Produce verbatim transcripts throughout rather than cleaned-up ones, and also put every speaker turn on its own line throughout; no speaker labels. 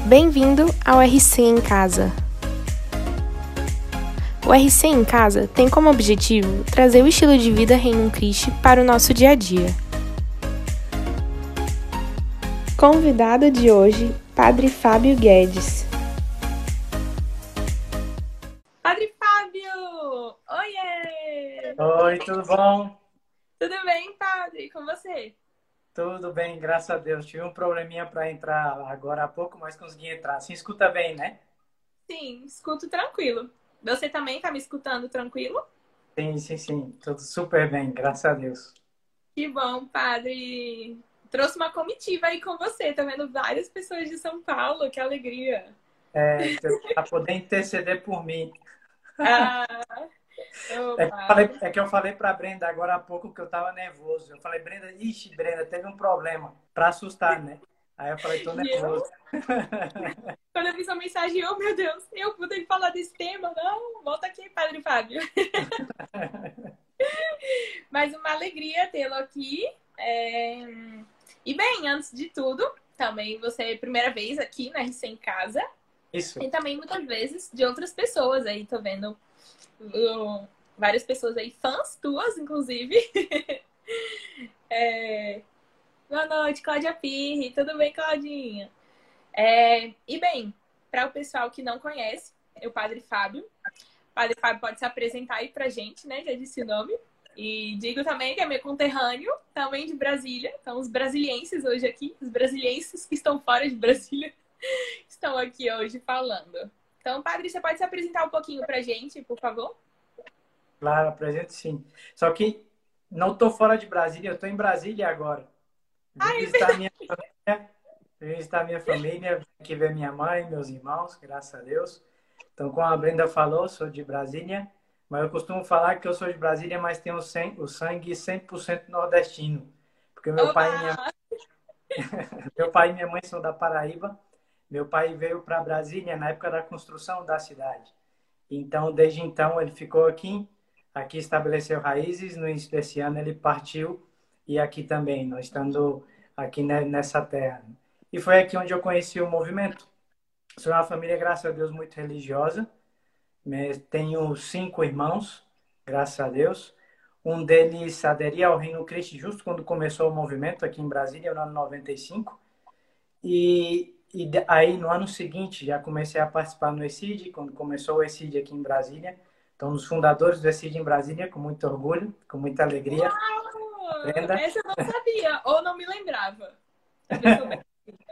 Bem-vindo ao R C em Casa. O R C em Casa tem como objetivo trazer o estilo de vida Reino Christi para o nosso dia a dia. Convidado de hoje, Padre Fábio Guedes.
Padre Fábio! Oiê!
Oi, tudo bom?
Tudo bem, Padre? Com você?
Tudo bem, graças a Deus. Tive um probleminha para entrar agora há pouco, mas consegui entrar. Se escuta bem, né?
Sim, escuto tranquilo. Você também tá me escutando tranquilo?
Sim, sim, sim. Tudo super bem, graças a Deus.
Que bom, Padre! Trouxe uma comitiva aí com você. Tá vendo várias pessoas de São Paulo. Que alegria!
É, para poder interceder por mim.
Ah,
É que eu
opa!
falei, é que eu falei para Brenda agora há pouco que eu estava nervoso. Eu falei, Brenda, ixi, Brenda, teve um problema. Para assustar, né? Aí eu falei, tô
E
nervoso.
eu, quando eu vi sua mensagem, oh meu Deus, eu vou ter que falar desse tema? Não, volta aqui, Padre Fábio. Mas uma alegria tê-lo aqui. É... E bem, antes de tudo, também você é a primeira vez aqui na R C em Casa.
Isso.
E também muitas vezes de outras pessoas aí, tô vendo uh, várias pessoas aí, fãs tuas, inclusive. é... Boa noite, Cláudia Pirri. Tudo bem, Claudinha? É... E bem, para o pessoal que não conhece, é o Padre Fábio. O Padre Fábio pode se apresentar aí pra gente, né? Já disse o nome. E digo também que é meu conterrâneo, também de Brasília. Então, os brasilienses hoje aqui, os brasilienses que estão fora de Brasília, estão aqui hoje falando. Então, Padre, você pode se apresentar um pouquinho pra gente, por favor?
Claro, presente sim. Só que não estou fora de Brasília, eu estou em Brasília agora. Vim
Ai,
visitar minha família. Vim visitar minha família, vim aqui ver minha mãe, meus irmãos, graças a Deus. Então, como a Brenda falou, sou de Brasília, mas eu costumo falar que eu sou de Brasília, mas tenho o sangue cem por cento nordestino. Porque meu pai, e minha,
oba!
meu pai e minha mãe são da Paraíba. Meu pai veio para Brasília na época da construção da cidade. Então, desde então, ele ficou aqui, aqui estabeleceu raízes. No início desse ano, ele partiu e aqui também, nós estando aqui nessa terra. E foi aqui onde eu conheci o movimento. Sou uma família, graças a Deus, muito religiosa. Tenho cinco irmãos, graças a Deus. Um deles aderia ao Reino Cristo justo quando começou o movimento aqui em Brasília, no ano noventa e cinco. E, e aí, no ano seguinte, já comecei a participar no E C I D, quando começou o E C I D aqui em Brasília. Então, nos fundadores do E C I D em Brasília, com muito orgulho, com muita alegria.
Uau!
Brenda.
Essa eu não sabia, ou não me lembrava. Talvez soubesse.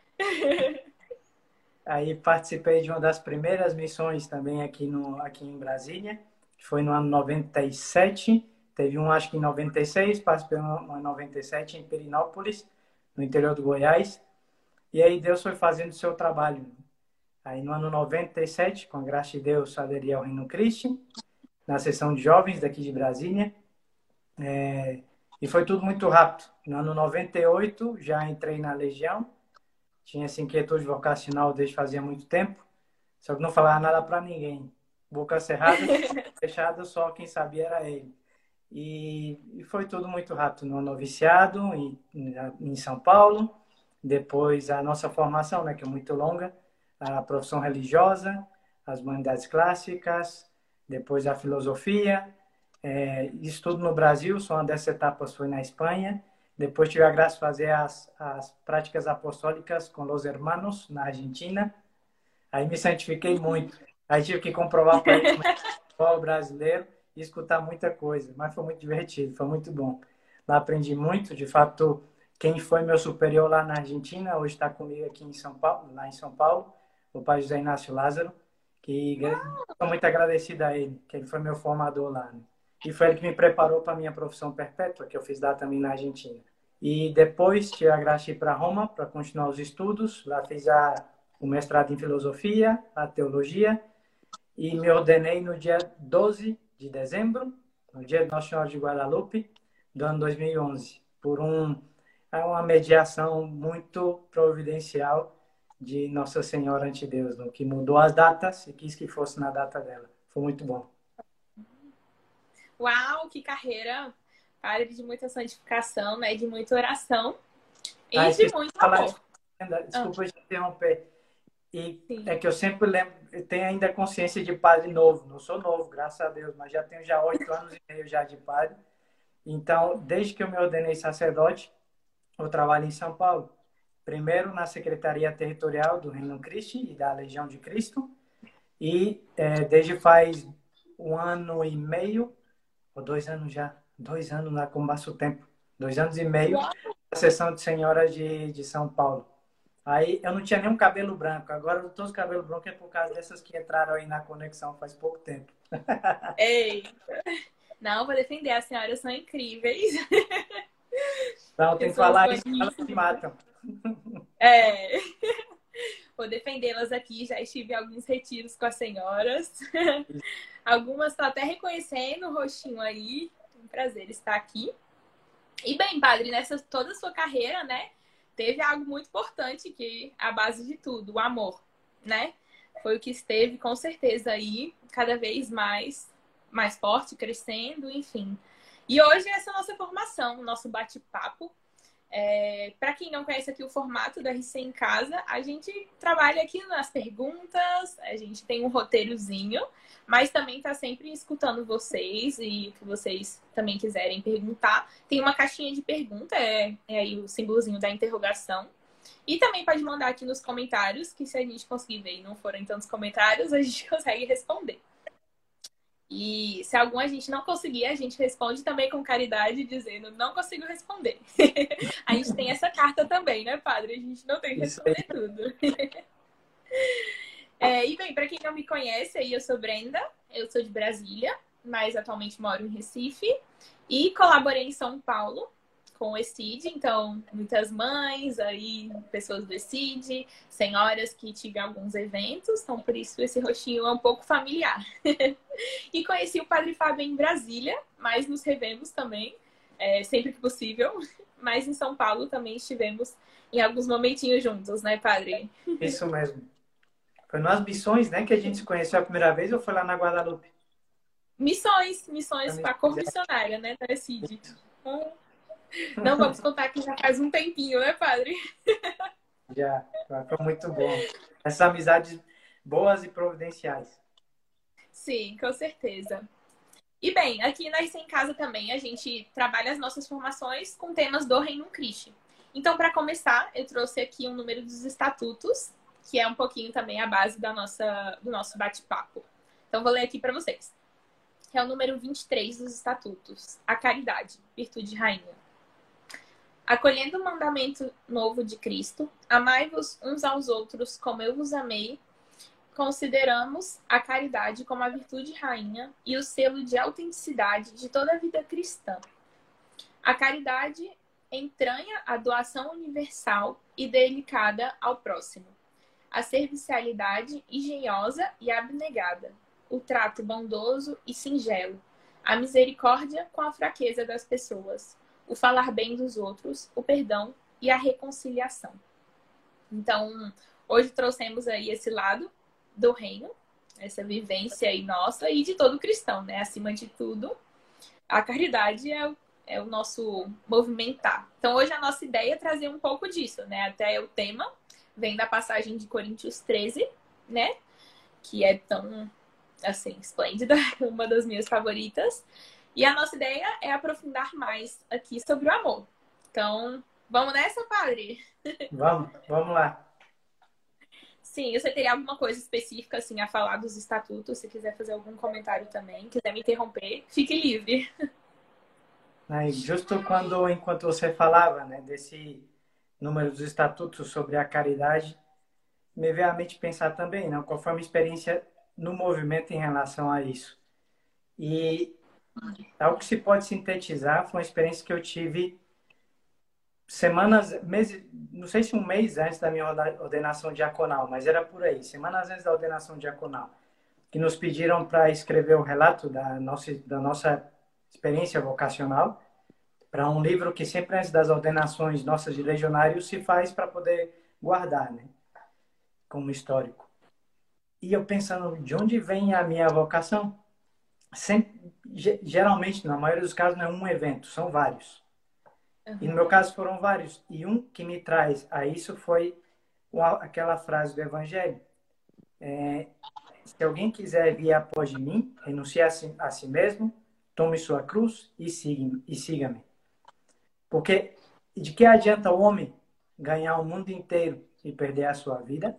Aí participei de uma das primeiras missões também aqui, no, aqui em Brasília, que foi no ano noventa e sete. Teve um, acho que em noventa e seis, participei em noventa e sete em Perinópolis, no interior do Goiás. E aí Deus foi fazendo o seu trabalho. Aí no ano noventa e sete, com a graça de Deus, aderi ao Reino Cristo, na seção de jovens daqui de Brasília. É, e foi tudo muito rápido. No ano noventa e oito, já entrei na Legião. Tinha essa inquietude vocacional desde fazia muito tempo, só que não falava nada para ninguém. Boca cerrada, fechada, só quem sabia era ele. E, e foi tudo muito rápido. No noviciado, em, em São Paulo, depois a nossa formação, né, que é muito longa, a profissão religiosa, as humanidades clássicas, depois a filosofia, é, isso tudo no Brasil, só uma dessas etapas foi na Espanha. Depois tive a graça de fazer as, as práticas apostólicas com os hermanos na Argentina. Aí me santifiquei muito. Aí tive que comprovar para eles como é o brasileiro e escutar muita coisa. Mas foi muito divertido, foi muito bom. Lá aprendi muito. De fato, quem foi meu superior lá na Argentina, hoje está comigo aqui em São Paulo, lá em São Paulo, o pai José Inácio Lázaro, que estou muito agradecido a ele, que ele foi meu formador lá, né? E foi ele que me preparou para a minha profissão perpétua, que eu fiz lá também na Argentina. E depois tive a graça de ir para Roma para continuar os estudos. Lá fiz a, o mestrado em filosofia, a teologia, e me ordenei no dia doze de dezembro, no dia de Nossa Senhora de Guadalupe, do ano dois mil e onze, por um, uma mediação muito providencial de Nossa Senhora ante Deus, no que mudou as datas e quis que fosse na data dela. Foi muito bom.
Uau, que carreira! Padre de muita santificação, né? De muita oração e
Ah,
de
esqueci de
muito
falar,
amor.
desculpa te interromper. E
Sim.
é que eu sempre lembro, eu tenho ainda consciência de padre novo. Não sou novo, graças a Deus, mas já tenho já oito anos e meio já de padre. Então, desde que eu me ordenei sacerdote, eu trabalho em São Paulo. Primeiro na Secretaria Territorial do Reino Christi e da Legião de Cristo. E é, desde faz um ano e meio, ou dois anos já, dois anos lá, como passa o tempo, dois anos e meio,
Uau.
na Seção de Senhoras de, de São Paulo. Aí eu não tinha nenhum cabelo branco, agora eu tô os cabelos brancos é por causa dessas que entraram aí na conexão faz pouco tempo.
Ei, não, vou defender, as senhoras são incríveis.
Então tem que
Pessoas
falar isso, elas me
boníssimas.
matam.
É, vou defendê-las aqui. Já estive em alguns retiros com as senhoras. Algumas estão até reconhecendo o rostinho aí. Um prazer estar aqui. E bem, padre, nessa toda a sua carreira, né, teve algo muito importante que é a base de tudo, o amor, né? Foi o que esteve, com certeza, aí, cada vez mais, mais forte, crescendo, enfim. E hoje essa é a nossa formação, o nosso bate-papo. É, para quem não conhece aqui o formato da R C em Casa, a gente trabalha aqui nas perguntas, a gente tem um roteirozinho, mas também está sempre escutando vocês e o que vocês também quiserem perguntar. Tem uma caixinha de pergunta, é, é aí o símbolozinho da interrogação. E também pode mandar aqui nos comentários, que se a gente conseguir ver e não forem tantos comentários, a gente consegue responder. E se algum a gente não conseguir, a gente responde também com caridade, dizendo não consigo responder. A gente tem essa carta também, né, padre? A gente não tem que responder tudo. É, e bem, para quem não me conhece, aí eu sou Brenda, eu sou de Brasília, mas atualmente moro em Recife. E colaborei em São Paulo com o ECID, então muitas mães, aí pessoas do ECID, senhoras que tive alguns eventos, então por isso esse rostinho é um pouco familiar. E conheci o Padre Fábio em Brasília, mas nos revemos também, é, sempre que possível. Mas em São Paulo também estivemos em alguns momentinhos juntos, né, Padre?
Isso mesmo. Foi nas missões, né, que a gente se conheceu a primeira vez ou foi lá na Guadalupe?
Missões, missões para a cor missionária, né, da ECID. Não vamos contar que já faz um tempinho, né, Padre?
Já, foi muito bom. Essas amizades boas e providenciais.
Sim, com certeza. E bem, aqui na Isso em Casa também a gente trabalha as nossas formações com temas do Reino Christi. Então, para começar, eu trouxe aqui um número dos estatutos, que é um pouquinho também a base da nossa, do nosso bate-papo. Então, vou ler aqui para vocês. Que é o número vinte e três dos estatutos. A caridade, virtude rainha. Acolhendo o mandamento novo de Cristo, amai-vos uns aos outros como eu vos amei, consideramos a caridade como a virtude rainha e o selo de autenticidade de toda a vida cristã. A caridade entranha a doação universal e delicada ao próximo, a servicialidade engenhosa e abnegada, o trato bondoso e singelo, a misericórdia com a fraqueza das pessoas, o falar bem dos outros, o perdão e a reconciliação. Então, hoje trouxemos aí esse lado do reino, essa vivência aí nossa e de todo cristão, né? Acima de tudo, a caridade é o, é o nosso movimentar. Então, hoje a nossa ideia é trazer um pouco disso, né? Até o tema vem da passagem de Coríntios treze, né? Que é tão, assim, esplêndida, uma das minhas favoritas. E a nossa ideia é aprofundar mais aqui sobre o amor. Então, vamos nessa, padre?
Vamos, vamos lá.
Sim, você teria alguma coisa específica assim a falar dos estatutos? Se quiser fazer algum comentário também, quiser me interromper, fique livre.
Aí, justo quando, enquanto você falava, né, desse número dos estatutos sobre a caridade, me veio à mente pensar também, não, qual foi a minha experiência no movimento em relação a isso. E algo que se pode sintetizar foi uma experiência que eu tive semanas, meses, não sei se um mês antes da minha ordenação diaconal, mas era por aí, semanas antes da ordenação diaconal, que nos pediram para escrever o relato da nossa, da nossa experiência vocacional para um livro que sempre antes das ordenações nossas de legionário se faz para poder guardar, né, como histórico. E eu pensando, de onde vem a minha vocação? Sempre, geralmente, na maioria dos casos, não é um evento, são vários. Uhum. E no meu caso foram vários. E um que me traz a isso foi aquela frase do Evangelho, Se alguém quiser vir após de mim, renuncie a si, a si mesmo, tome sua cruz e siga-me. E siga-me. Porque de que adianta o homem ganhar o mundo inteiro e perder a sua vida?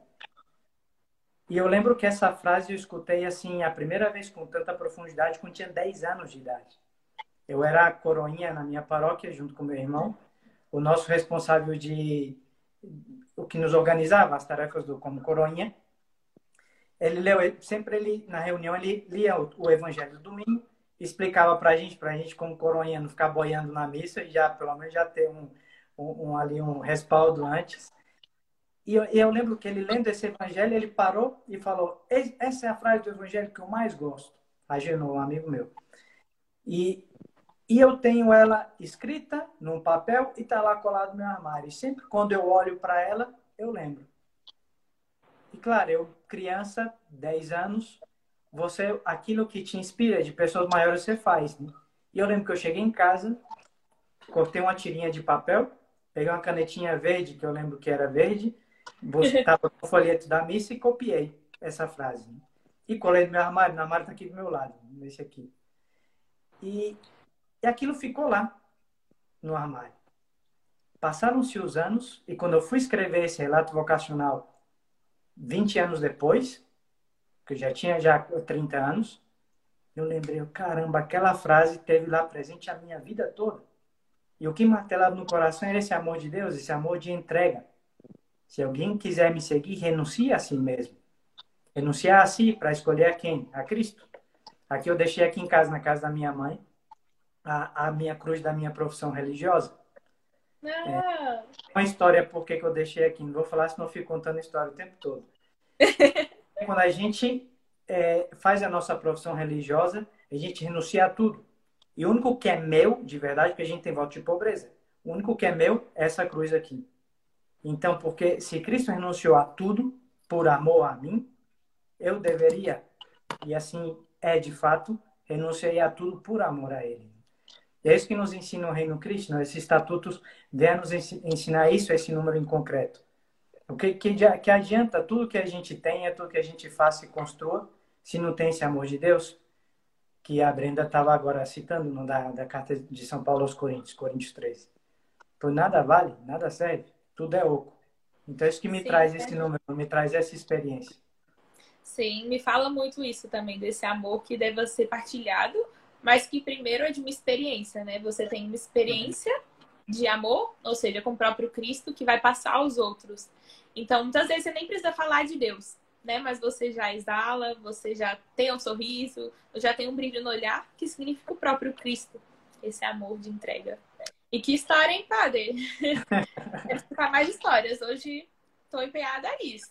E eu lembro que essa frase eu escutei assim a primeira vez com tanta profundidade quando tinha dez anos de idade. Eu era coroinha na minha paróquia junto com meu irmão, o nosso responsável de o que nos organizava as tarefas do como coroinha. Ele leu, sempre ele na reunião ele lia o, o Evangelho do domingo, explicava para a gente, para a gente como coroinha não ficar boiando na missa e já pelo menos já ter um, um, um ali um respaldo antes. E eu, eu lembro que ele lendo esse Evangelho ele parou e falou: essa é a frase do Evangelho que eu mais gosto. Agenou, um amigo meu. E E eu tenho ela escrita num papel e está lá colado no meu armário. E sempre quando eu olho para ela, eu lembro. E claro, eu, criança, dez anos, você, aquilo que te inspira de pessoas maiores, você faz. Né? E eu lembro que eu cheguei em casa, cortei uma tirinha de papel, peguei uma canetinha verde, que eu lembro que era verde, estava no folheto da missa e copiei essa frase. Né? E colei no meu armário. O armário está aqui do meu lado, nesse aqui. E... E aquilo ficou lá, no armário. Passaram-se os anos, e quando eu fui escrever esse relato vocacional, vinte anos depois, que eu já tinha já trinta anos, eu lembrei, caramba, aquela frase teve lá presente a minha vida toda. E o que martelava no coração era esse amor de Deus, esse amor de entrega. Se alguém quiser me seguir, renuncie a si mesmo. Renunciar a si para escolher a quem? A Cristo. Aqui eu deixei aqui em casa, na casa da minha mãe, A, a minha cruz da minha profissão religiosa.
Ah.
É uma história por que eu deixei aqui. Não vou falar, senão eu fico contando história o tempo todo. Quando a gente é, faz a nossa profissão religiosa, a gente renuncia a tudo. E o único que é meu, de verdade, porque a gente tem voto de pobreza, o único que é meu é essa cruz aqui. Então, porque se Cristo renunciou a tudo por amor a mim, eu deveria, e assim é de fato, renunciei a tudo por amor a Ele. E é isso que nos ensina o Reino Cristo, esses estatutos vêm nos ensinar isso, esse número em concreto. O que, que, que adianta tudo que a gente tem, é tudo que a gente faça e construa, se não tem esse amor de Deus, que a Brenda estava agora citando no, da, da carta de São Paulo aos Coríntios, Coríntios três. Por nada vale, nada serve, tudo é oco. Então isso que me Sim, traz é. esse número, me traz essa experiência.
Sim, me fala muito isso também, desse amor que deve ser partilhado, mas que primeiro é de uma experiência, né? Você tem uma experiência de amor, ou seja, com o próprio Cristo, que vai passar aos outros. Então, muitas vezes você nem precisa falar de Deus, né? Mas você já exala, você já tem um sorriso, já tem um brilho no olhar, que significa o próprio Cristo, esse amor de entrega. E que história, hein, padre? Quero escutar mais histórias. Hoje estou empenhada nisso.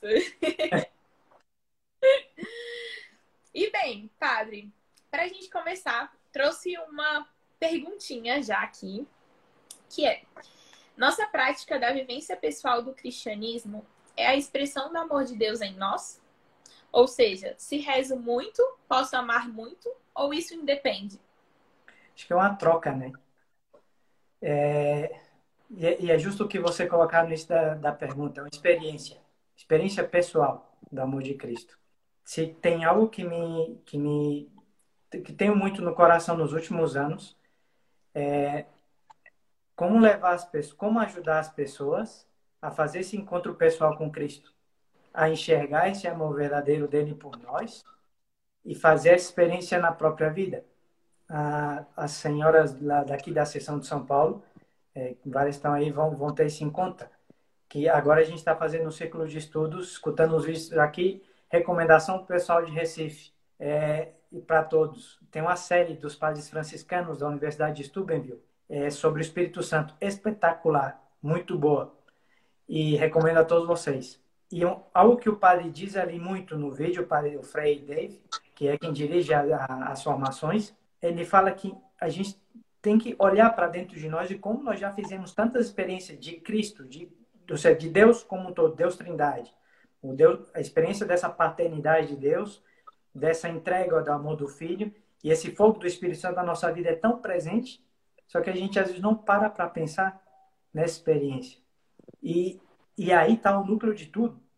E bem, padre, para a gente começar, trouxe uma perguntinha já aqui, que é: nossa prática da vivência pessoal do cristianismo é a expressão do amor de Deus em nós? Ou seja, se rezo muito, posso amar muito, ou isso independe?
Acho que é uma troca, né? É... E é justo o que você colocar no início da, da pergunta, é uma experiência, experiência pessoal do amor de Cristo. Se tem algo que me, que me que tenho muito no coração nos últimos anos, é como levar as pessoas, como ajudar as pessoas a fazer esse encontro pessoal com Cristo, a enxergar esse amor verdadeiro dele por nós e fazer essa experiência na própria vida. Ah, as senhoras lá daqui da seção de São Paulo, é, várias estão aí, vão, vão ter isso em conta, que agora a gente está fazendo um ciclo de estudos, escutando os vídeos aqui, recomendação para o pessoal de Recife, é, e para todos. Tem uma série dos padres franciscanos da Universidade de Steubenville é, sobre o Espírito Santo, espetacular, muito boa, e recomendo a todos vocês. E um, algo que o padre diz ali muito no vídeo, o padre o Frei Dave, que é quem dirige a, a, as formações, ele fala que a gente tem que olhar para dentro de nós e como nós já fizemos tantas experiências de Cristo, de, de Deus como um todo, Deus Trindade, o Deus, a experiência dessa paternidade de Deus, dessa entrega do amor do Filho, e esse fogo do Espírito Santo na nossa vida é tão presente, só que a gente às vezes não para para pensar nessa experiência. E, e aí está o núcleo de tudo.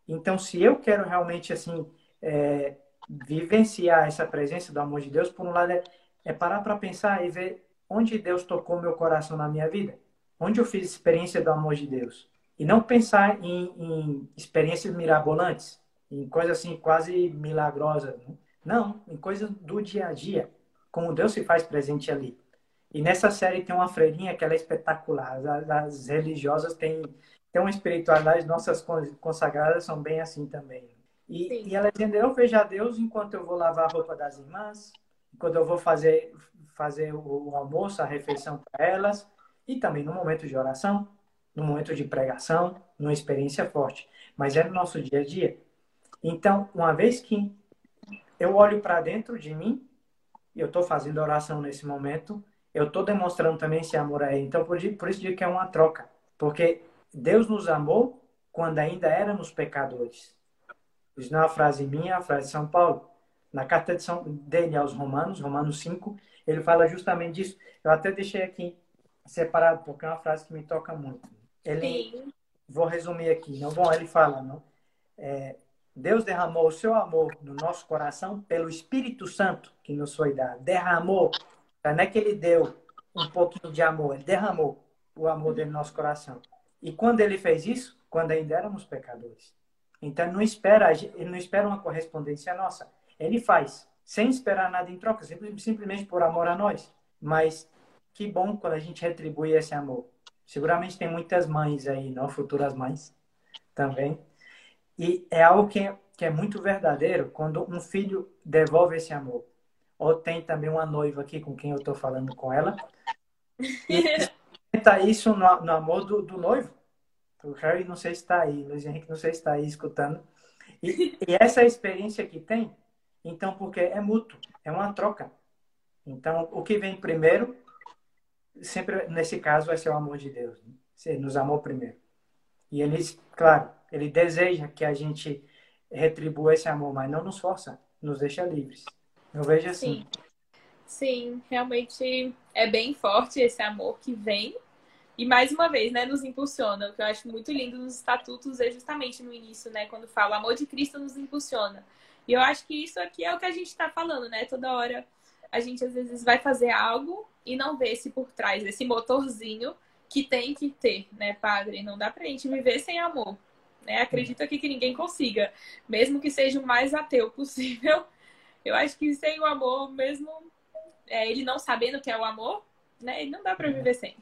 Então, se eu quero realmente, assim, é, vivenciar essa presença do amor de Deus, por um lado, é, é parar para pensar e ver onde Deus tocou meu coração na minha vida. Onde eu fiz experiência do amor de Deus. E não pensar em, em experiências mirabolantes, em coisas assim quase milagrosas. Né? Não, em coisas do dia a dia. Como Deus se faz presente ali. E nessa série tem uma freirinha que ela é espetacular. As, as religiosas têm, têm uma espiritualidade, nossas consagradas são bem assim também. E, e ela dizendo, eu vejo a Deus enquanto eu vou lavar a roupa das irmãs, enquanto eu vou fazer, fazer o, o almoço, a refeição para elas, e também no momento de oração, no momento de pregação, numa experiência forte. Mas é no nosso dia a dia. Então, uma vez que eu olho para dentro de mim, e eu estou fazendo oração nesse momento, eu estou demonstrando também esse amor a Ele. Então, por, por isso digo que é uma troca. Porque Deus nos amou quando ainda éramos pecadores. Isso não é uma frase minha, é uma frase de São Paulo. Na carta de São, dele aos Romanos, Romanos cinco, ele fala justamente disso. Eu até deixei aqui separado, porque é uma frase que me toca muito. Ele, Sim. Vou resumir aqui. Não, bom, ele fala, não? É, Deus derramou o seu amor no nosso coração pelo Espírito Santo que nos foi dado. Derramou. Não é que ele deu um pouquinho de amor, ele derramou o amor dele no nosso coração. E quando ele fez isso? Quando ainda éramos pecadores. Então, ele não espera, ele não espera uma correspondência nossa. Ele faz, sem esperar nada em troca, simplesmente por amor a nós. Mas que bom quando a gente retribui esse amor. Seguramente tem muitas mães aí, não? Futuras mães também. E é algo que é, que é muito verdadeiro quando um filho devolve esse amor. Ou tem também uma noiva aqui com quem eu estou falando com ela. E está isso no, no amor do, do noivo. O Harry não sei se está aí, Luiz Henrique não sei se está aí escutando. E, e essa experiência que tem, então, porque é mútuo, é uma troca. Então, o que vem primeiro, sempre nesse caso, vai ser o amor de Deus. Né? Ele nos amou primeiro. E ele, claro, ele deseja que a gente retribua esse amor, mas não nos força, nos deixa livres. Eu vejo assim.
Sim, Sim realmente é bem forte esse amor que vem. E mais uma vez, né, nos impulsiona. O que eu acho muito lindo nos estatutos é justamente no início, né, quando fala o amor de Cristo nos impulsiona. E eu acho que isso aqui é o que a gente está falando, né? Toda hora a gente às vezes vai fazer algo e não vê esse por trás, esse motorzinho que tem que ter, né, padre? Não dá pra gente viver sem amor. Né? Acredito aqui que ninguém consiga. Mesmo que seja o mais ateu possível. Eu acho que sem o amor, mesmo é, ele não sabendo o que é o amor, né, não dá pra viver sem.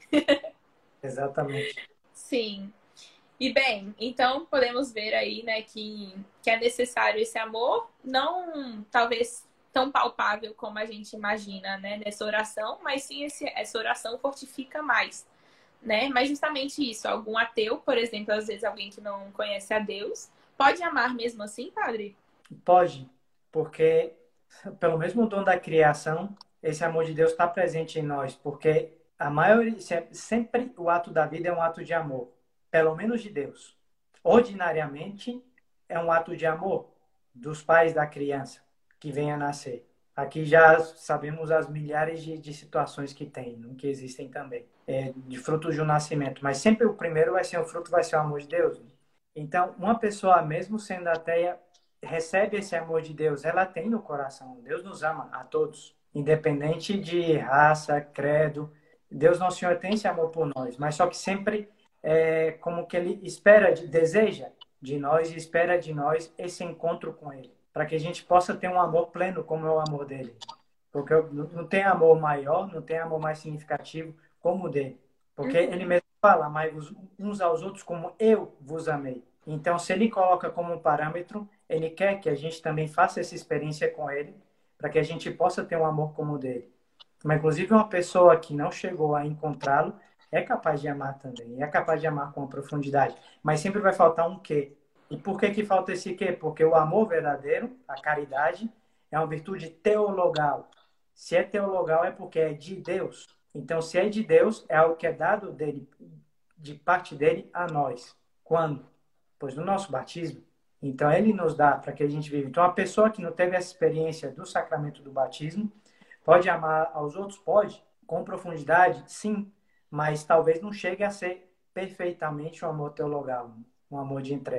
Exatamente.
Sim. E bem, então podemos ver aí, né, que, que é necessário esse amor, não talvez tão palpável como a gente imagina, né, nessa oração, mas sim esse, essa oração fortifica mais, né? Mas justamente isso, algum ateu, por exemplo, às vezes alguém que não conhece a Deus, pode amar mesmo assim, padre?
Pode, porque pelo mesmo dom da criação, esse amor de Deus está presente em nós, porque a maioria, sempre o ato da vida é um ato de amor, pelo menos de Deus. Ordinariamente, é um ato de amor dos pais da criança que vem a nascer. Aqui já sabemos as milhares de, de situações que tem, que existem também, é, de frutos do nascimento. Mas sempre o primeiro vai ser o fruto, vai ser o amor de Deus. Então, uma pessoa, mesmo sendo ateia, recebe esse amor de Deus. Ela tem no coração. Deus nos ama a todos, independente de raça, credo. Deus Nosso Senhor tem esse amor por nós, mas só que sempre é como que Ele espera, deseja de nós e espera de nós esse encontro com Ele, para que a gente possa ter um amor pleno como é o amor dele. Porque não tem amor maior, não tem amor mais significativo como o dele. Porque uhum. Ele mesmo fala, amai-vos uns aos outros como eu vos amei. Então, se ele coloca como um parâmetro, ele quer que a gente também faça essa experiência com ele, para que a gente possa ter um amor como o dele. Mas, inclusive, uma pessoa que não chegou a encontrá-lo é capaz de amar também, é capaz de amar com profundidade. Mas sempre vai faltar um quê. E por que que falta esse quê? Porque o amor verdadeiro, a caridade, é uma virtude teologal. Se é teologal é porque é de Deus. Então, se é de Deus, é algo que é dado dele, de parte dele a nós. Quando? Pois no nosso batismo. Então, ele nos dá para que a gente viva. Então, a pessoa que não teve essa experiência do sacramento do batismo, pode amar aos outros? Pode. Com profundidade? Sim. Mas talvez não chegue a ser perfeitamente um amor teologal, um amor de entrega.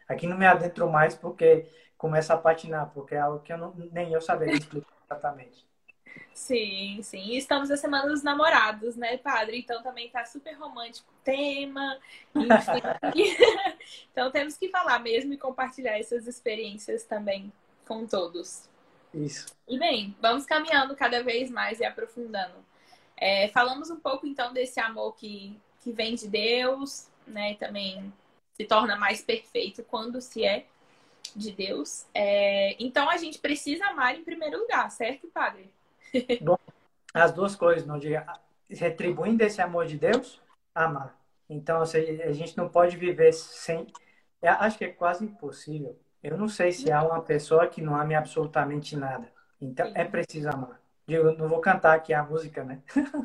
Aqui não me adentro mais porque começa a patinar, porque é algo que eu não, nem eu saberia explicar exatamente.
Sim, sim. E estamos na Semana dos Namorados, né, padre? Então também tá super romântico o tema, enfim. Então temos que falar mesmo e compartilhar essas experiências também com todos.
Isso.
E bem, vamos caminhando cada vez mais e aprofundando. É, falamos um pouco então desse amor que, que vem de Deus, né? E também se torna mais perfeito quando se é de Deus. É, então a gente precisa amar em primeiro lugar, certo, padre?
Bom, as duas coisas, não diga, retribuindo esse amor de Deus, amar. Então, assim, a gente não pode viver sem. Eu acho que é quase impossível. Eu não sei se há uma pessoa que não ame absolutamente nada. Então, é
Sim.
preciso amar. Digo, não vou cantar aqui a música, né?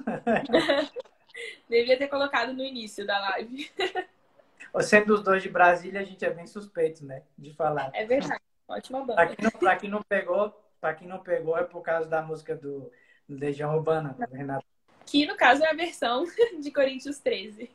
Devia ter colocado no início da live.
Sendo os dois de Brasília, a gente é bem suspeito, né? De falar.
É verdade. Ótima
Para
banda.
quem não, para quem não pegou, para quem não pegou, é por causa da música do, do Legião Urbana, do Renato.
Que no caso é a versão de Coríntios treze.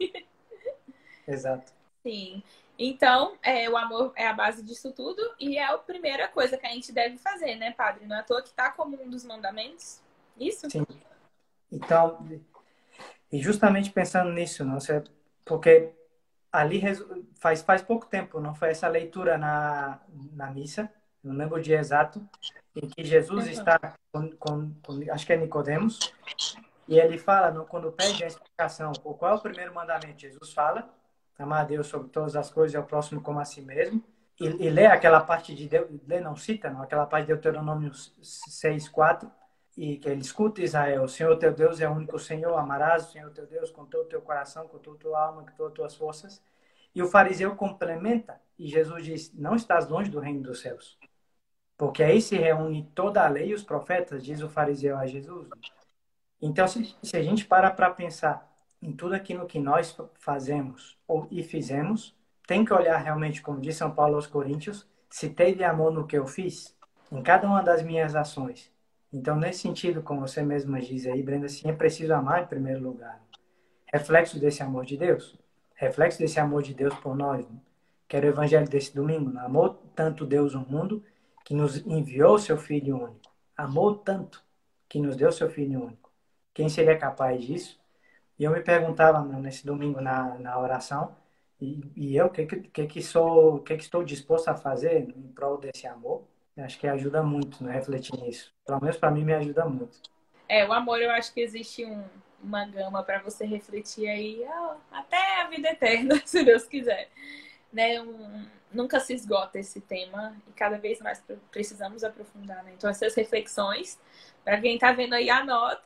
Exato.
Sim. Então, é, o amor é a base disso tudo e é a primeira coisa que a gente deve fazer, né, padre? Não é à toa que está como um dos mandamentos? Isso?
Sim. Então, e justamente pensando nisso, não sei, porque ali faz, faz pouco tempo, não foi essa leitura na, na missa, não lembro o dia exato, em que Jesus
Uhum.
está com, com, com acho que é Nicodemos, e ele fala, no, quando pede a explicação, qual é o primeiro mandamento? Jesus fala, amar a Deus sobre todas as coisas e ao próximo como a si mesmo, e, e lê aquela parte de Deus, lê não cita, não, aquela parte de Deuteronômio seis, quatro, e que ele escuta Israel, o Senhor teu Deus é o único Senhor, amarás o Senhor teu Deus com todo o teu coração, com toda a tua alma, com todas as tuas forças. E o fariseu complementa, e Jesus diz, não estás longe do reino dos céus. Porque aí se reúne toda a lei e os profetas, diz o fariseu a Jesus. Então, se, se a gente para para pensar em tudo aquilo que nós fazemos ou, e fizemos, tem que olhar realmente, como diz São Paulo aos Coríntios, se teve amor no que eu fiz, em cada uma das minhas ações. Então, nesse sentido, como você mesma diz aí, Brenda, sim, é preciso amar em primeiro lugar. Reflexo desse amor de Deus. Reflexo desse amor de Deus por nós. Né? Que era o evangelho desse domingo. Né? Amou tanto Deus o mundo que nos enviou seu Filho único. Amou tanto que nos deu seu Filho único. Quem seria capaz disso? E eu me perguntava nesse domingo na, na oração, e, e eu, o que, que, que, sou, que, que estou disposto a fazer em prol desse amor? Acho que ajuda muito, né, refletir nisso. Pelo menos para mim me ajuda muito.
É, o amor, eu acho que existe um, uma gama para você refletir aí ó, até a vida eterna, se Deus quiser. Né? Um, nunca se esgota esse tema e cada vez mais precisamos aprofundar. Né? Então, essas reflexões, para quem está vendo aí, anota,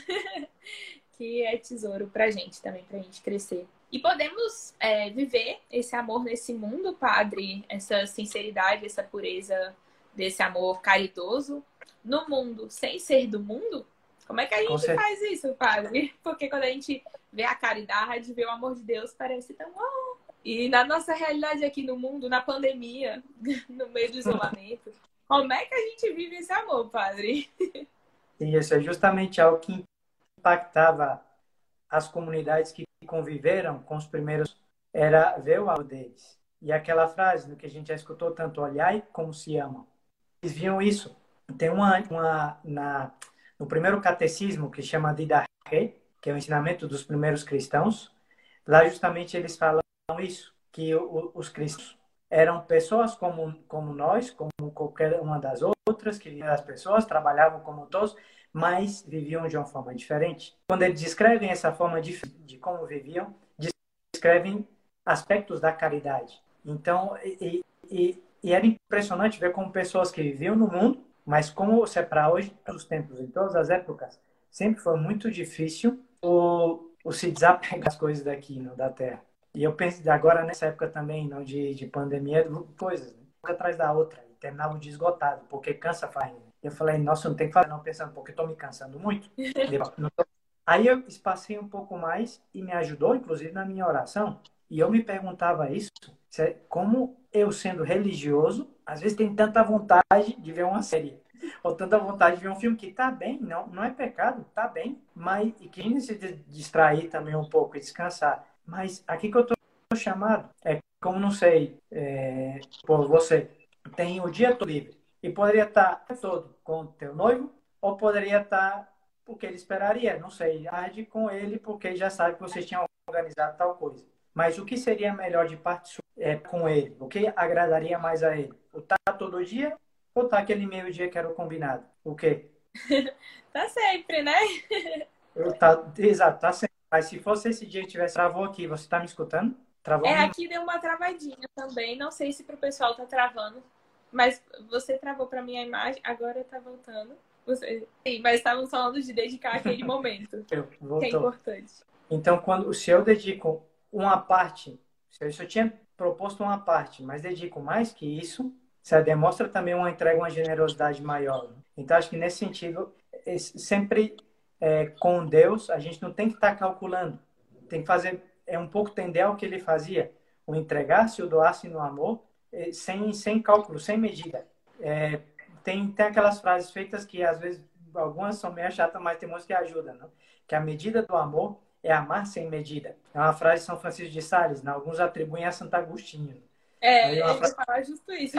que é tesouro para a gente também, para a gente crescer. E podemos é, viver esse amor nesse mundo, padre, essa sinceridade, essa pureza desse amor caridoso no mundo, sem ser do mundo? Como é que a gente faz isso, padre? Porque quando a gente vê a caridade, vê o amor de Deus, parece tão... Oh! E na nossa realidade aqui no mundo, na pandemia, no meio do isolamento, como é que a gente vive esse amor, padre?
E isso é justamente algo que impactava as comunidades que conviveram com os primeiros, era ver o amor deles. E aquela frase do que a gente já escutou tanto, olhai como se amam. Eles viam isso. Tem uma, uma na, no primeiro catecismo, que chama Didache, que é o ensinamento dos primeiros cristãos, lá justamente eles falam isso, que o, os cristãos eram pessoas como, como nós, como qualquer uma das outras, que as pessoas trabalhavam como todos, mas viviam de uma forma diferente. Quando eles descrevem essa forma de, de como viviam, descrevem aspectos da caridade. Então, e, e, e era impressionante ver como pessoas que viviam no mundo, mas como se é para hoje, nos tempos, em todas as épocas, sempre foi muito difícil o, o se desapegar das coisas daqui, não, da Terra. E eu penso, agora nessa época também, não, de, de pandemia, coisas, né? Uma atrás da outra, e terminava o dia esgotado, porque cansa a farinha. Eu falei, nossa, não tem que fazer não, pensando, porque estou me cansando muito. Aí eu espacei um pouco mais e me ajudou, inclusive, na minha oração. E eu me perguntava isso, como eu, sendo religioso, às vezes tenho tanta vontade de ver uma série, ou tanta vontade de ver um filme que tá bem, não, não é pecado, tá bem, mas e que se distrair também um pouco e descansar. Mas aqui que eu estou chamado é como não sei, é, por você tem o dia todo livre e poderia estar o dia todo com o teu noivo ou poderia estar porque ele esperaria, não sei, age com ele porque já sabe que vocês tinham organizado tal coisa. Mas o que seria melhor de parte sua é, com ele? O que agradaria mais a ele? O tá todo dia ou tá aquele meio dia que era o combinado? O quê?
Tá sempre, né?
Eu tá, exato, tá sempre. Mas se fosse esse dia que tivesse travou aqui, você tá me escutando? Travou
É,
um
aqui deu uma travadinha também. Não sei se pro pessoal tá travando. Mas você travou pra mim a imagem, agora tá voltando. Você... Sim, mas estávamos falando de dedicar aquele momento.
Eu,
Que é
voltou.
importante.
Então, quando, se eu dedico uma parte, se eu só tinha proposto uma parte, mas dedico mais que isso, você demonstra também uma entrega, uma generosidade maior. Então, acho que nesse sentido, sempre é, com Deus, a gente não tem que estar calculando. Tem que fazer, é um pouco tender ao que ele fazia, o entregar-se, o doar-se no amor, sem, sem cálculo, sem medida. É, tem, tem aquelas frases feitas que, às vezes, algumas são meio chatas, mas tem umas que ajudam, não? Que a medida do amor é amar sem medida. É uma frase de São Francisco de Sales, né? Alguns atribuem a Santo Agostinho.
É,
é uma
eu
frase...
vou falar justo isso.